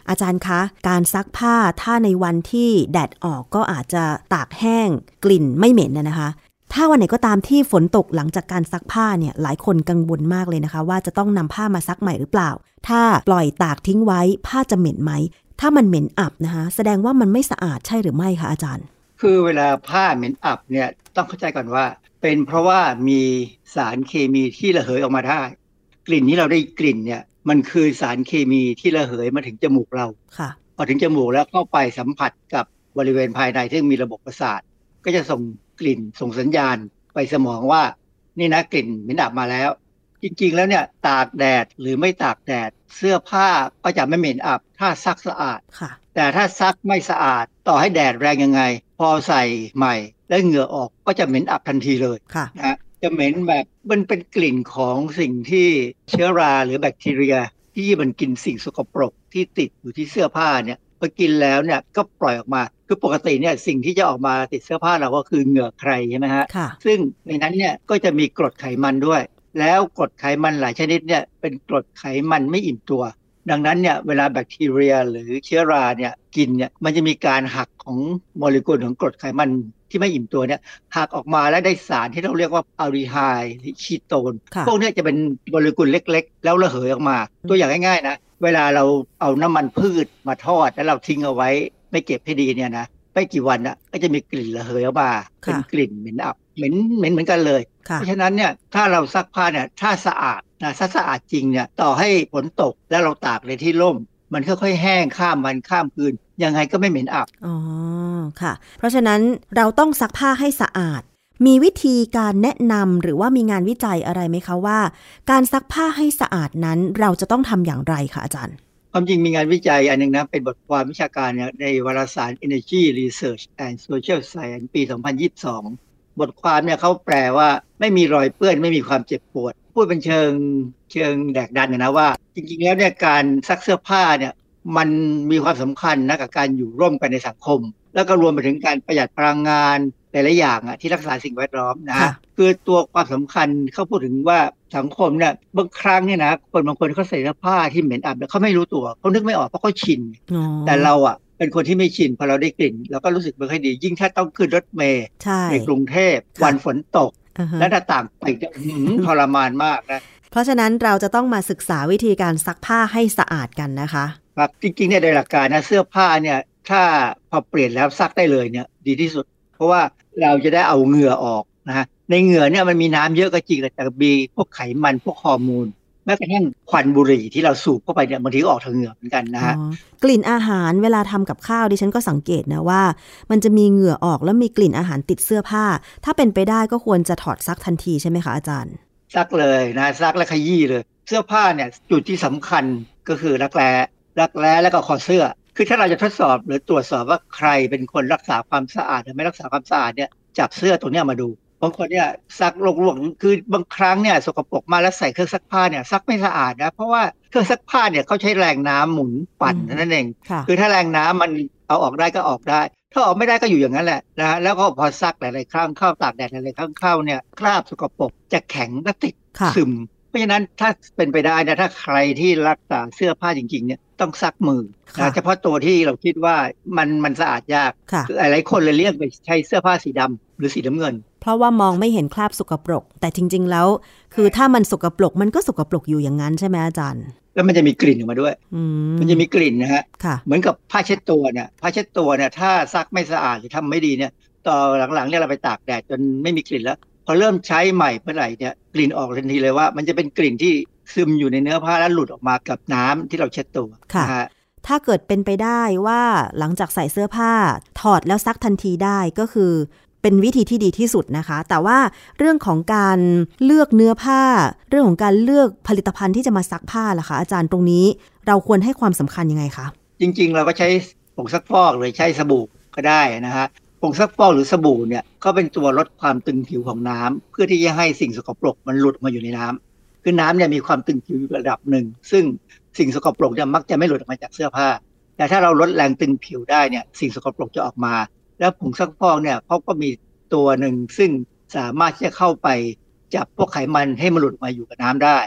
อาจารย์คะการซักผ้าถ้าในวันที่แดดออกก็อาจจะตากแห้งกลิ่นไม่เหม็นนะนะคะถ้าวันไหนก็ตามที่ฝนตกหลังจากการซักผ้าเนี่ยหลายคนกังวลมากเลยนะคะว่าจะต้องนำผ้ามาซักใหม่หรือเปล่าถ้าปล่อยตากทิ้งไว้ผ้าจะเหม็นไหมถ้ามันเหม็นอับนะคะแสดงว่ามันไม่สะอาดใช่หรือไม่คะอาจารย์คือเวลาผ้าเหม็นอับเนี่ยต้องเข้าใจก่อนว่าเป็นเพราะว่ามีสารเคมีที่ระเหยออกมาได้กลิ่นที่เราได้กลิ่นเนี่ยมันคือสารเคมีที่ระเหยมาถึงจมูกเราค่ะพอถึงจมูกแล้วเข้าไปสัมผัสกับบริเวณภายในที่มีระบบประสาทก็จะส่งกลิ่นส่งสัญญาณไปสมองว่านี่นะกลิ่นเหม็นอับมาแล้วจริงๆแล้วเนี่ยตากแดดหรือไม่ตากแดดเสื้อผ้าก็จะไม่เหม็นอับถ้าซักสะอาดค่ะแต่ถ้าซักไม่สะอาดต่อให้แดดแรงยังไงพอใส่ใหม่แล้วเหงื่อออกก็จะเหม็นอับทันทีเลยนะจะเหม็นแบบมันเป็นกลิ่นของสิ่งที่เชื้อราหรือแบคทีเรียที่มันกินสิ่งสกปรกที่ติดอยู่ที่เสื้อผ้าเนี่ยพอกินแล้วเนี่ยก็ปล่อยออกมาคือปกติเนี่ยสิ่งที่จะออกมาติดเสื้อผ้าเราก็คือเหงื่อใครใช่ไหมฮะซึ่งในนั้นเนี่ยก็จะมีกรดไขมันด้วยแล้วกรดไขมันหลายชนิดเนี่ยเป็นกรดไขมันไม่อิ่มตัวดังนั้นเนี่ยเวลาแบคทีเรียหรือเชื้อราเนี่ยกินเนี่ยมันจะมีการหักของโมเลกุลของกรดไขมันที่ไม่อิ่มตัวเนี่ยหักออกมาแล้วได้สารที่เราเรียกว่าอัลดีไฮด์หรือคีโตนพวกนี้จะเป็นโมเลกุลเล็กๆแล้วระเหยออกมาตัวอย่างง่ายๆนะเวลาเราเอาน้ำมันพืชมาทอดแล้วเราทิ้งเอาไว้ไม่เก็บให้ดีเนี่ยนะไม่กี่วันน่ะก็จะมีกลิ่นระเหยออกมาเป็นกลิ่นเหม็นอับเหม็นเหม็นเหมือนกันเลยเพราะฉะนั้นเนี่ยถ้าเราซักผ้าเนี่ยถ้าสะอาดนะถ้าสะอาดจริงเนี่ยต่อให้ฝนตกแล้วเราตากในที่ร่มมันค่อยๆแห้งข้ามวันข้ามคืนยังไงก็ไม่เหม็นอับอ๋อค่ะเพราะฉะนั้นเราต้องซักผ้าให้สะอาดมีวิธีการแนะนำหรือว่ามีงานวิจัยอะไรไหมคะว่าการซักผ้าให้สะอาดนั้นเราจะต้องทำอย่างไรคะอาจารย์ความจริงมีงานวิจัยอันนึงนะเป็นบทความวิชาการในวารสาร Energy Research and Social Science ปี สองพันยี่สิบสอง บทความเนี่ยเขาแปลว่าไม่มีรอยเปื้อนไม่มีความเจ็บปวดพูดเป็นเชิงเชิงแดกดันนะว่าจริงๆแล้วเนี่ยการซักเสื้อผ้าเนี่ยมันมีความสำคัญนะกับการอยู่ร่วมกันในสังคมแล้วก็รวมไปถึงการประหยัดพลังงานหลายๆอย่างอ่ะที่รักษาสิ่งแวดล้อมนะคือตัวความสำคัญเขาพูดถึงว่าสังคมเนี่ยบางครั้งเนี่ยนะคนบางคนเขาใส่เสื้อผ้าที่เหม็นอับแล้วเขาไม่รู้ตัวเขานึกไม่ออกเพราะเขาชินแต่เราอ่ะเป็นคนที่ไม่ชินพอเราได้กลิ่นเราก็รู้สึกไม่ค่อยดียิ่งถ้าต้องขึ้นรถเมล์ในกรุงเทพวันฝนตกและถ้าต่างไปจะทรมานมากนะเพราะฉะนั้นเราจะต้องมาศึกษาวิธีการซักผ้าให้สะอาดกันนะคะครับจริงๆเนี่ยโดยหลักการนะเสื้อผ้าเนี่ยถ้าพอเปลี่ยนแล้วซักได้เลยเนี่ยดีที่สุดเพราะว่าเราจะได้เอาเหงื่อออกนะฮะในเหงื่อเนี่ยมันมีน้ำเยอะก็จริงแต่มีพวกไขมันพวกฮอร์โมนแม้กระทั่งควันบุหรี่ที่เราสูบเข้าไปเนี่ยบางทีก็ออกทางเหงื่อเหมือนกันนะฮะกลิ่นอาหารเวลาทำกับข้าวดิฉันก็สังเกตนะว่ามันจะมีเหงื่อออกแล้วมีกลิ่นอาหารติดเสื้อผ้าถ้าเป็นไปได้ก็ควรจะถอดซักทันทีใช่ไหมคะอาจารย์ซักเลยนะซักและขยี้เลยเสื้อผ้าเนี่ยจุดที่สำคัญก็คือรักแร้รักแร้แล้วก็คอเสื้อคือถ้าเราจะทดสอบหรือตรวจสอบว่าใครเป็นคนรักษาความสะอาดหรือไม่รักษาความสะอาดเนี่ยจับเสื้อตัวเนี้ยมาดูบางคนเนี่ยซักลวกๆคือบางครั้งเนี่ยสกปรกมาแล้วใส่เครื่องซักผ้าเนี่ยซักไม่สะอาดนะเพราะว่าเครื่องซักผ้าเนี่ยเขาใช้แรงน้ำหมุนปั่นนั่นเองคือถ้าแรงน้ำมันเอาออกได้ก็ออกได้ถ้าออกไม่ได้ก็อยู่อย่างนั้นแหละนะแล้วก็พอซักหลายๆครั้งเข้าตากแดดหลายๆครั้งเข้าเนี่ยคราบสกปรกจะแข็งและติดซึมเพราะฉะนั้นถ้าเป็นไปได้นะถ้าใครที่รักษาเสื้อผ้าจริงๆเนี่ยต้องซักมือนะเฉพาะตัวที่เราคิดว่ามันมันสะอาดยากคือหลายคนเลยเรียกไปใช้เสื้อผ้าสีดำหรือสีน้ำเงินเพราะว่ามองไม่เห็นคราบสกปรกแต่จริงๆแล้วคือถ้ามันสกปรกมันก็สกปรกอยู่อย่างนั้นใช่ไหมอาจารย์แล้วมันจะมีกลิ่นออกมาด้วยมันจะมีกลิ่นนะฮะเหมือนกับผ้าเช็ดตัวเนี่ยผ้าเช็ดตัวเนี่ยถ้าซักไม่สะอาดหรือทำไม่ดีเนี่ยต่อหลังๆเนี่ยเราไปตากแดดจนไม่มีกลิ่นแล้วพอเริ่มใช้ใหม่เมื่อไหร่เนี่ยกลิ่นออกทันทีเลยว่ามันจะเป็นกลิ่นที่ซึมอยู่ในเนื้อผ้าแล้วหลุดออกมากับน้ำที่เราเช็ดตัวค่ะถ้าเกิดเป็นไปได้ว่าหลังจากใส่เสื้อผ้าถอดแล้วซักทันทีได้ก็คือเป็นวิธีที่ดีที่สุดนะคะแต่ว่าเรื่องของการเลือกเนื้อผ้าเรื่องของการเลือกผลิตภัณฑ์ที่จะมาซักผ้าล่ะคะอาจารย์ตรงนี้เราควรให้ความสำคัญยังไงคะจริงๆเราก็ใช้ผงซักฟอกหรือใช้สบู่ก็ได้นะฮะผงซักฟอกหรือสบู่เนี่ยก็เป็นตัวลดความตึงผิวของน้ำเพื่อที่จะให้สิ่งสกปรกมันหลุดมาอยู่ในน้ำคือน้ำเนี่ยมีความตึงผิวอยู่ระดับหนึ่งซึ่งสิ่งสกปรกเนี่ยมักจะไม่หลุดออกมาจากเสื้อผ้าแต่ถ้าเราลดแรงตึงผิวได้เนี่ยสิ่งสกปรกจะออกมาแล้วผงซักฟอกเนี่ยเขาก็มีตัวหนึ่งซึ่งสามารถที่จะเข้าไปจับพวกไขมันให้มันหลุดมาอยู่กับน้ำได้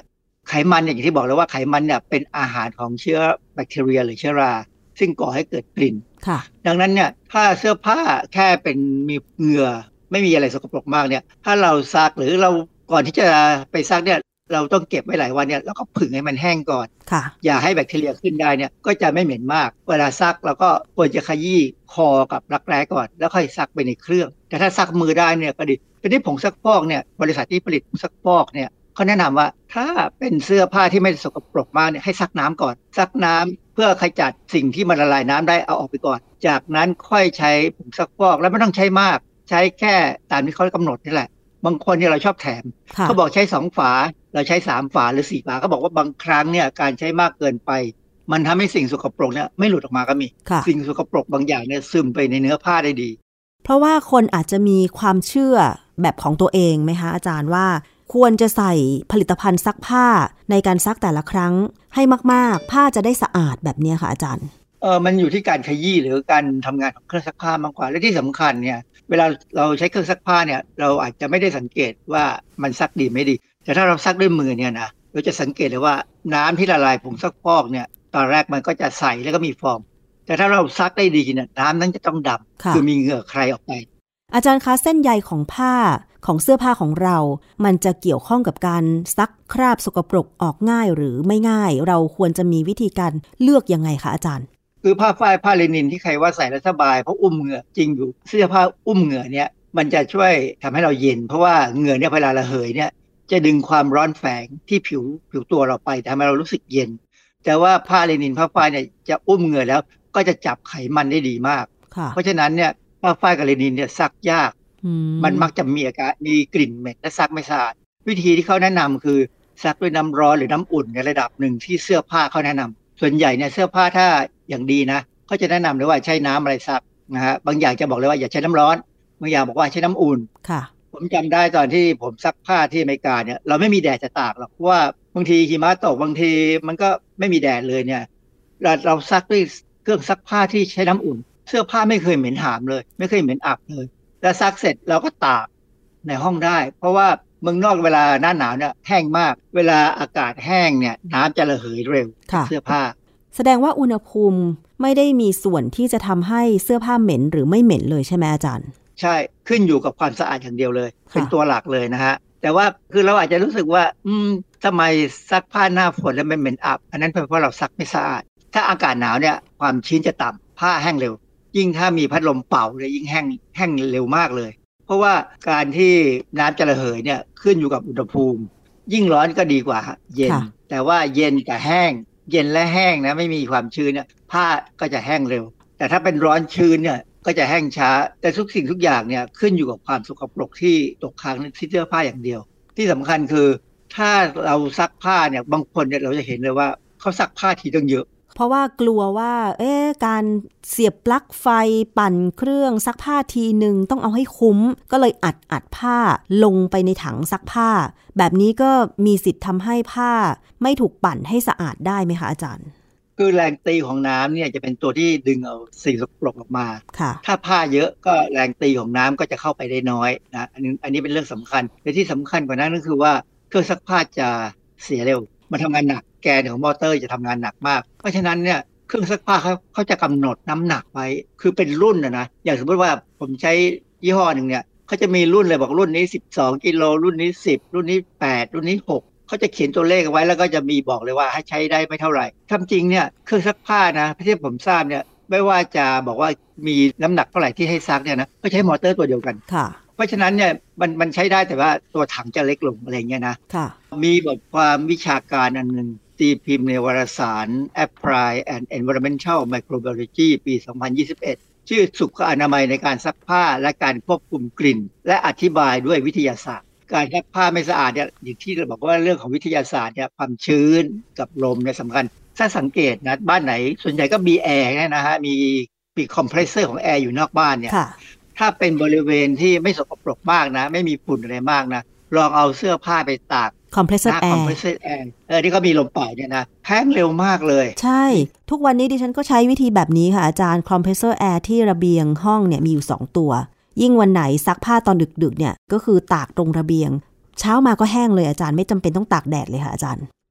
ไขมันเนี่ยอย่างที่บอกแล้วว่าไขมันเนี่ยเป็นอาหารของเชื้อแบคทีเรียหรือเชื้อราซึ่งก่อให้เกิดกลิ่นดังนั้นเนี่ยถ้าเสื้อผ้าแค่เป็นมีเหงื่อไม่มีอะไรสกปรกมากเนี่ยถ้าเราซักหรือเราก่อนที่จะไปซักเนี่ยเราต้องเก็บไว้หลายวันเนี่ยแล้วก็ผึ่งให้มันแห้งก่อนอย่าให้แบคทีเรียขึ้นได้เนี่ยก็จะไม่เหม็นมากเวลาซักเราก็ควรจะขยี้คอกับรักแร้ก่อนแล้วค่อยซักไปในเครื่องแต่ถ้าซักมือได้เนี่ยก็ดีทีนี้ผงซักฟอกเนี่ยบริษัทที่ผลิตผงซักฟอกเนี่ยเขาแนะนำว่าถ้าเป็นเสื้อผ้าที่ไม่สกปรกมากเนี่ยให้ซักน้ำก่อนซักน้ำเพื่อขจัดสิ่งที่มันละลายน้ำได้เอาออกไปก่อนจากนั้นค่อยใช้ผงซักฟอกแล้วไม่ต้องใช้มากใช้แค่ตามที่เขากำหนดนี่แหละบางคนเนี่ยเราชอบแถมเขาบอกใช้สองฝาเราใช้สามฝาหรือสี่ฝาเขาบอกว่าบางครั้งเนี่ยการใช้มากเกินไปมันทำให้สิ่งสกปรกเนี่ยไม่หลุดออกมาก็มีสิ่งสกปรกบางอย่างเนี่ยซึมไปในเนื้อผ้าได้ดีเพราะว่าคนอาจจะมีความเชื่อแบบของตัวเองไหมคะอาจารย์ว่าควรจะใส่ผลิตภัณฑ์ซักผ้าในการซักแต่ละครั้งให้มากๆผ้าจะได้สะอาดแบบนี้ค่ะอาจารย์เออมันอยู่ที่การขยี้หรือการทำงานของเครื่องซักผ้ามากกว่าและที่สำคัญเนี่ยเวลาเราใช้เครื่องซักผ้าเนี่ยเราอาจจะไม่ได้สังเกตว่ามันซักดีไม่ดีแต่ถ้าเราซักด้วยมือเนี่ยนะเราจะสังเกตเลยว่าน้ำที่ละลายผงซักฟอกเนี่ยตอนแรกมันก็จะใสแล้วก็มีฟองแต่ถ้าเราซักได้ดีเนี่ยน้ำนั้นจะต้องดำคือมีเหงื่อใครออกไปอาจารย์คะเส้นใยของผ้าของเสื้อผ้าของเรามันจะเกี่ยวข้องกับการซักคราบสกปรกออกง่ายหรือไม่ง่ายเราควรจะมีวิธีการเลือกยังไงคะอาจารย์คือผ้าฝ้ายผ้าลินินที่ใครว่าใส่แล้วสบายเพราะอุ้มเหงื่อจริงอยู่เสื้อผ้าอุ้มเหงื่อเนี่ยมันจะช่วยทำให้เราเย็นเพราะว่าเหงื่อเนี่ยเวลาระเหยเนี่ยจะดึงความร้อนแฝงที่ผิวผิวตัวเราไปทำให้เรารู้สึกเย็นแต่ว่าผ้าลินินผ้าฝ้ายเนี่ยจะอุ้มเหงื่อแล้วก็จะจับไขมันได้ดีมากเพราะฉะนั้นเนี่ยผ้าฝ้ายกับลินินเนี่ยซักยากมันมักจะมีอาการมีกลิ่นเหม็นและซักไม่สะอาดวิธีที่เขาแนะนำคือซักด้วยน้ำร้อนหรือน้ำอุ่นในระดับหนึ่งที่เสื้อผ้าเขาแนะนำส่วนใหญ่เนี่ยเสื้อผ้าถ้าอย่างดีนะเขาจะแนะนำเลยว่าใช้น้ำอะไรซักนะฮะบางอย่างจะบอกเลยว่าอย่าใช้น้ำร้อนบางอย่างบอกว่าใช้น้ำอุ่นค่ะผมจำได้ตอนที่ผมซักผ้าที่อเมริกาเนี่ยเราไม่มีแดดจะตากหรอกเพราะว่าบางทีหิมะตกบางทีมันก็ไม่มีแดดเลยเนี่ยเราเราซักด้วยเครื่องซักผ้าที่ใช้น้ำอุ่นเสื้อผ้าไม่เคยเหม็นหามเลยไม่เคยเหม็นอับเลยแล้วซักเสร็จเราก็ตากในห้องได้เพราะว่าเมืองนอกเวลาหน้าหนาวเนี่ยแห้งมากเวลาอากาศแห้งเนี่ยน้ำจะระเหยเร็วเสื้อผ้าแสดงว่าอุณหภูมิไม่ได้มีส่วนที่จะทำให้เสื้อผ้าเหม็นหรือไม่เหม็นเลยใช่ไหมอาจารย์ใช่ขึ้นอยู่กับความสะอาดอย่างเดียวเลยเป็นตัวหลักเลยนะฮะแต่ว่าคือเราอาจจะรู้สึกว่าอืมทำไมซักผ้าหน้าฝนแล้วมันเหม็นอับอันนั้นเป็นเพราะเราซักไม่สะอาดถ้าอากาศหนาวเนี่ยความชื้นจะต่ำผ้าแห้งเร็วยิ่งถ้ามีพัดลมเป่าเลยยิ่งแห้งแห้งเร็วมากเลยเพราะว่าการที่น้ำจะระเหยเนี่ยขึ้นอยู่กับอุณหภูมิยิ่งร้อนก็ดีกว่าเย็นแต่ว่าเย็นกับแห้งเย็นและแห้งนะไม่มีความชื้นเนี่ยผ้าก็จะแห้งเร็วแต่ถ้าเป็นร้อนชื้นเนี่ยก็จะแห้งช้าแต่ทุกสิ่งทุกอย่างเนี่ยขึ้นอยู่กับความสกปรกที่ตกค้างในเสื้อผ้าอย่างเดียวที่สำคัญคือถ้าเราซักผ้าเนี่ยบางคนเนี่ยเราจะเห็นเลยว่าเขาซักผ้าทีต้องเยอะเพราะว่ากลัวว่าเอ๊ะการเสียบปลั๊กไฟปั่นเครื่องซักผ้าทีนึงต้องเอาให้คุ้มก็เลยอัดอัดผ้าลงไปในถังซักผ้าแบบนี้ก็มีสิทธิ์ทำให้ผ้าไม่ถูกปั่นให้สะอาดได้ไหมคะอาจารย์คือแรงตีของน้ำเนี่ยจะเป็นตัวที่ดึงเอาสิ่งสกปรกออกมาถ้าผ้าเยอะก็แรงตีของน้ำก็จะเข้าไปได้น้อยนะอันนี้อันนี้เป็นเรื่องสำคัญแต่ที่สำคัญกว่านั้นก็คือว่าเครื่องซักผ้าจะเสียเร็วมันทำงานหนักแกนของมอเตอร์จะทำงานหนักมากเพราะฉะนั้นเนี่ยเครื่องซักผ้าเขาเขาจะกำหนดน้ำหนักไว้คือเป็นรุ่นนะนะอย่างสมมติว่าผมใช้ยี่ห้อหนึ่งเนี่ยเขาจะมีรุ่นเลยบอกรุ่นนี้สิบสองกิโลรุ่นนี้สิบรุ่นนี้แปดรุ่นนี้หกเขาจะเขียนตัวเลขไว้แล้วก็จะมีบอกเลยว่าให้ใช้ได้ไม่เท่าไหร่ความจริงเนี่ยเครื่องซักผ้านะที่ผมทราบเนี่ยไม่ว่าจะบอกว่ามีน้ำหนักเท่าไหร่ที่ให้ซักเนี่ยนะก็ใช้มอเตอร์ตัวเดียวกันค่ะเพราะฉะนั้นเนี่ยมันมันใช้ได้แต่ว่าตัวถังจะเล็กลงอะไรเงี้ยนะมีบทความวิชาการอันนึงตีพิมพ์ในวารสาร Apply and Environmental Microbiology ปี สองพันยี่สิบเอ็ด ชื่อสุขอนามัยในการซักผ้าและการควบคุมกลิ่นและอธิบายด้วยวิทยาศาสตร์การซักผ้าไม่สะอาดเนี่ยอย่างที่เราบอกว่าเรื่องของวิทยาศาสตร์เนี่ยความชื้นกับลมเนี่ยสำคัญถ้าสังเกตนะบ้านไหนส่วนใหญ่ก็มีแอร์นะฮะมีปีคอมเพรสเซอร์ของแอร์อยู่นอกบ้านเนี่ยถ้าเป็นบริเวณที่ไม่สกปรกมากนะไม่มีฝุ่นอะไรมากนะลองเอาเสื้อผ้าไปตากคอมเพรสเซอร์แอร์คอมเพรสเซอร์แอร์เออที่เขามีลมเป่าเนี่ยนะแห้งเร็วมากเลยใช่ทุกวันนี้ดิฉันก็ใช้วิธีแบบนี้ค่ะอาจารย์คอมเพรสเซอร์แอร์ที่ระเบียงห้องเนี่ยมีอยู่สองตัวยิ่งวันไหนซักผ้าตอนดึกๆเนี่ยก็คือตากตรงระเบียงเช้ามาก็แห้งเลยอาจารย์ไม่จำเป็นต้องตากแดดเลยค่ะอาจารย์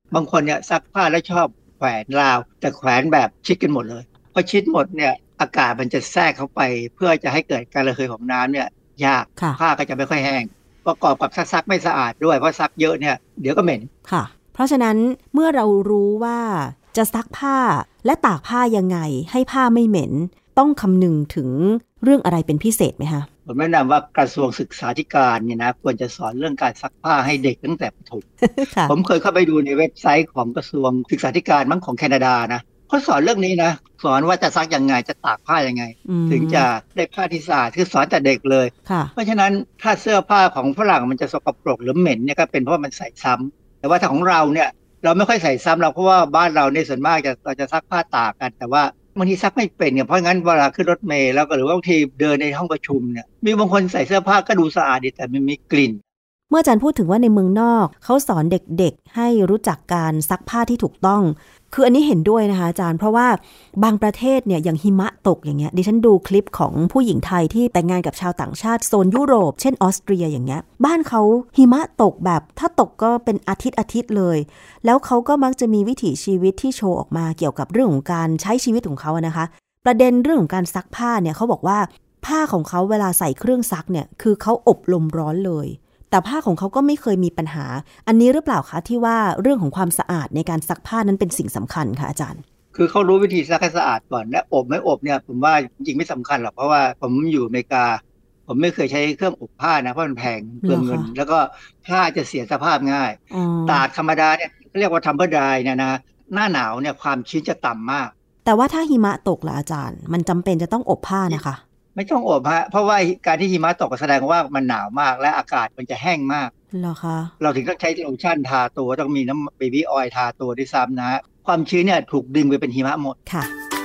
บางคนเนี่ยซักผ้าแล้วชอบแขวนราวแต่แขวนแบบชิดกันหมดเลยพอชิดหมดเนี่ยอากาศมันจะแทรกเข้าไปเพื่อจะให้เกิดการระเหยของน้ำเนี่ยยากผ้าก็จะไม่ค่อยแห้งประกอบกับซักไม่สะอาดด้วยเพราะซักเยอะเนี่ยเดี๋ยวก็เหม็นค่ะเพราะฉะนั้นเมื่อเรารู้ว่าจะซักผ้าและตากผ้ายังไงให้ผ้าไม่เหม็นต้องคำนึงถึงเรื่องอะไรเป็นพิเศษไหมคะผมแนะนำว่ากระทรวงศึกษาธิการเนี่ยนะควรจะสอนเรื่องการซักผ้าให้เด็กตั้งแต่ประถม ผมเคยเข้าไปดูในเว็บไซต์ของกระทรวงศึกษาธิการมั้งของแคนาดานะเขาสอนเรื่องนี้นะสอนว่าจะซักยังไงจะตากผ้ายังไงถึงจะได้ผ้าที่สะอาดคือสอนแต่เด็กเลยเพราะฉะนั้นถ้าเสื้อผ้าของฝรั่งมันจะสกปรกหรือเหม็นเนี่ยก็เป็นเพราะมันใส่ซ้ำแต่ว่าถ้าของเราเนี่ยเราไม่ค่อยใส่ซ้ำเราเพราะว่าบ้านเราในส่วนมากจะเราจะซักผ้าตากกันแต่ว่าบางทีซักไม่เป็นเนี่ยเพราะงั้นเวลาขึ้นรถเมล์แล้วก็หรือว่าบางทีเดินในห้องประชุมเนี่ยมีบางคนใส่เสื้อผ้าก็ดูสะอาดดีแต่มันมีกลิ่นเมื่ออาจารย์พูดถึงว่าในเมืองนอกเขาสอนเด็กๆให้รู้จักการซักผ้าที่ถูกต้องคืออันนี้เห็นด้วยนะคะอาจารย์เพราะว่าบางประเทศเนี่ยอย่างหิมะตกอย่างเงี้ยดิฉันดูคลิปของผู้หญิงไทยที่แต่งงานกับชาวต่างชาติโซนยุโรปเช่นออสเตรียอย่างเงี้ยบ้านเขาหิมะตกแบบถ้าตกก็เป็นอาทิตย์อาทิตย์เลยแล้วเขาก็มักจะมีวิถีชีวิตที่โชว์ออกมาเกี่ยวกับเรื่องของการใช้ชีวิตของเขานะคะประเด็นเรื่องของการซักผ้าเนี่ยเขาบอกว่าผ้าของเขาเวลาใส่เครื่องซักเนี่ยคือเขาอบลมร้อนเลยแต่ผ้าของเขาก็ไม่เคยมีปัญหาอันนี้หรือเปล่าคะที่ว่าเรื่องของความสะอาดในการซักผ้านั้นเป็นสิ่งสำคัญค่ะอาจารย์คือเขารู้วิธีซักให้สะอาดก่อนและอบไม่อบเนี่ยผมว่าจริงไม่สำคัญหรอกเพราะว่าผมอยู่อเมริกาผมไม่เคยใช้เครื่องอบผ้านะเพราะมันแพงเปลืองเงินแล้วก็ผ้าจะเสียสภาพง่ายตากธรรมดาเนี่ยเรียกว่าทัมเบอร์ไดร์เนี่ยนะหน้าหนาวเนี่ยความชื้นจะต่ำมากแต่ว่าถ้าหิมะตกล่ะอาจารย์มันจำเป็นจะต้องอบผ้านะคะไม่ต้องอบฮะเพราะว่าการที่หิมะตกแสดงว่ามันหนาวมากและอากาศมันจะแห้งมากเหรอคะเราถึงต้องใช้โลชั่นทาตัวต้องมีน้ำเบบี้ออยล์ทาตัวด้วยซ้ำนะความชื้นเนี่ยถูกดึงไปเป็นหิมะหมดค่ะ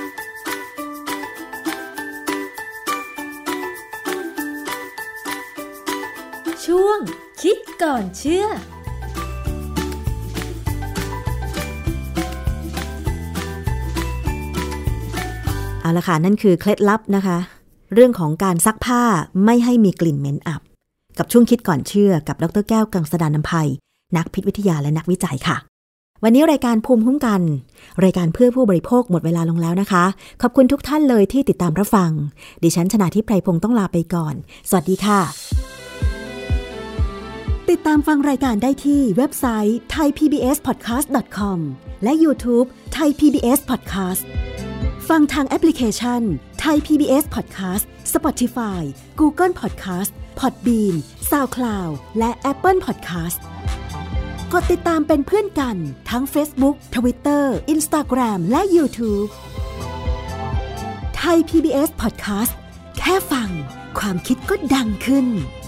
ช่วงคิดก่อนเชื่อเอาละค่ะนั่นคือเคล็ดลับนะคะเรื่องของการซักผ้าไม่ให้มีกลิ่นเหม็นอับกับช่วงคิดก่อนเชื่อกับดร.แก้วกังสดาลอำไพนักพิษวิทยาและนักวิจัยค่ะวันนี้รายการภูมิคุ้มกันรายการเพื่อผู้บริโภคหมดเวลาลงแล้วนะคะขอบคุณทุกท่านเลยที่ติดตามรับฟังดิฉันชนาธิปไพพงศ์ต้องลาไปก่อนสวัสดีค่ะติดตามฟังรายการได้ที่เว็บไซต์ ไทยพีบีเอสพอดแคสต์ ดอท คอม และ YouTube Thai พี บี เอส Podcastฟังทางแอปพลิเคชัน Thai พี บี เอส Podcast, Spotify, Google Podcast, Podbean, SoundCloud และ Apple Podcast กดติดตามเป็นเพื่อนกันทั้ง Facebook, Twitter, Instagram และ YouTube Thai พี บี เอส Podcast แค่ฟังความคิดก็ดังขึ้น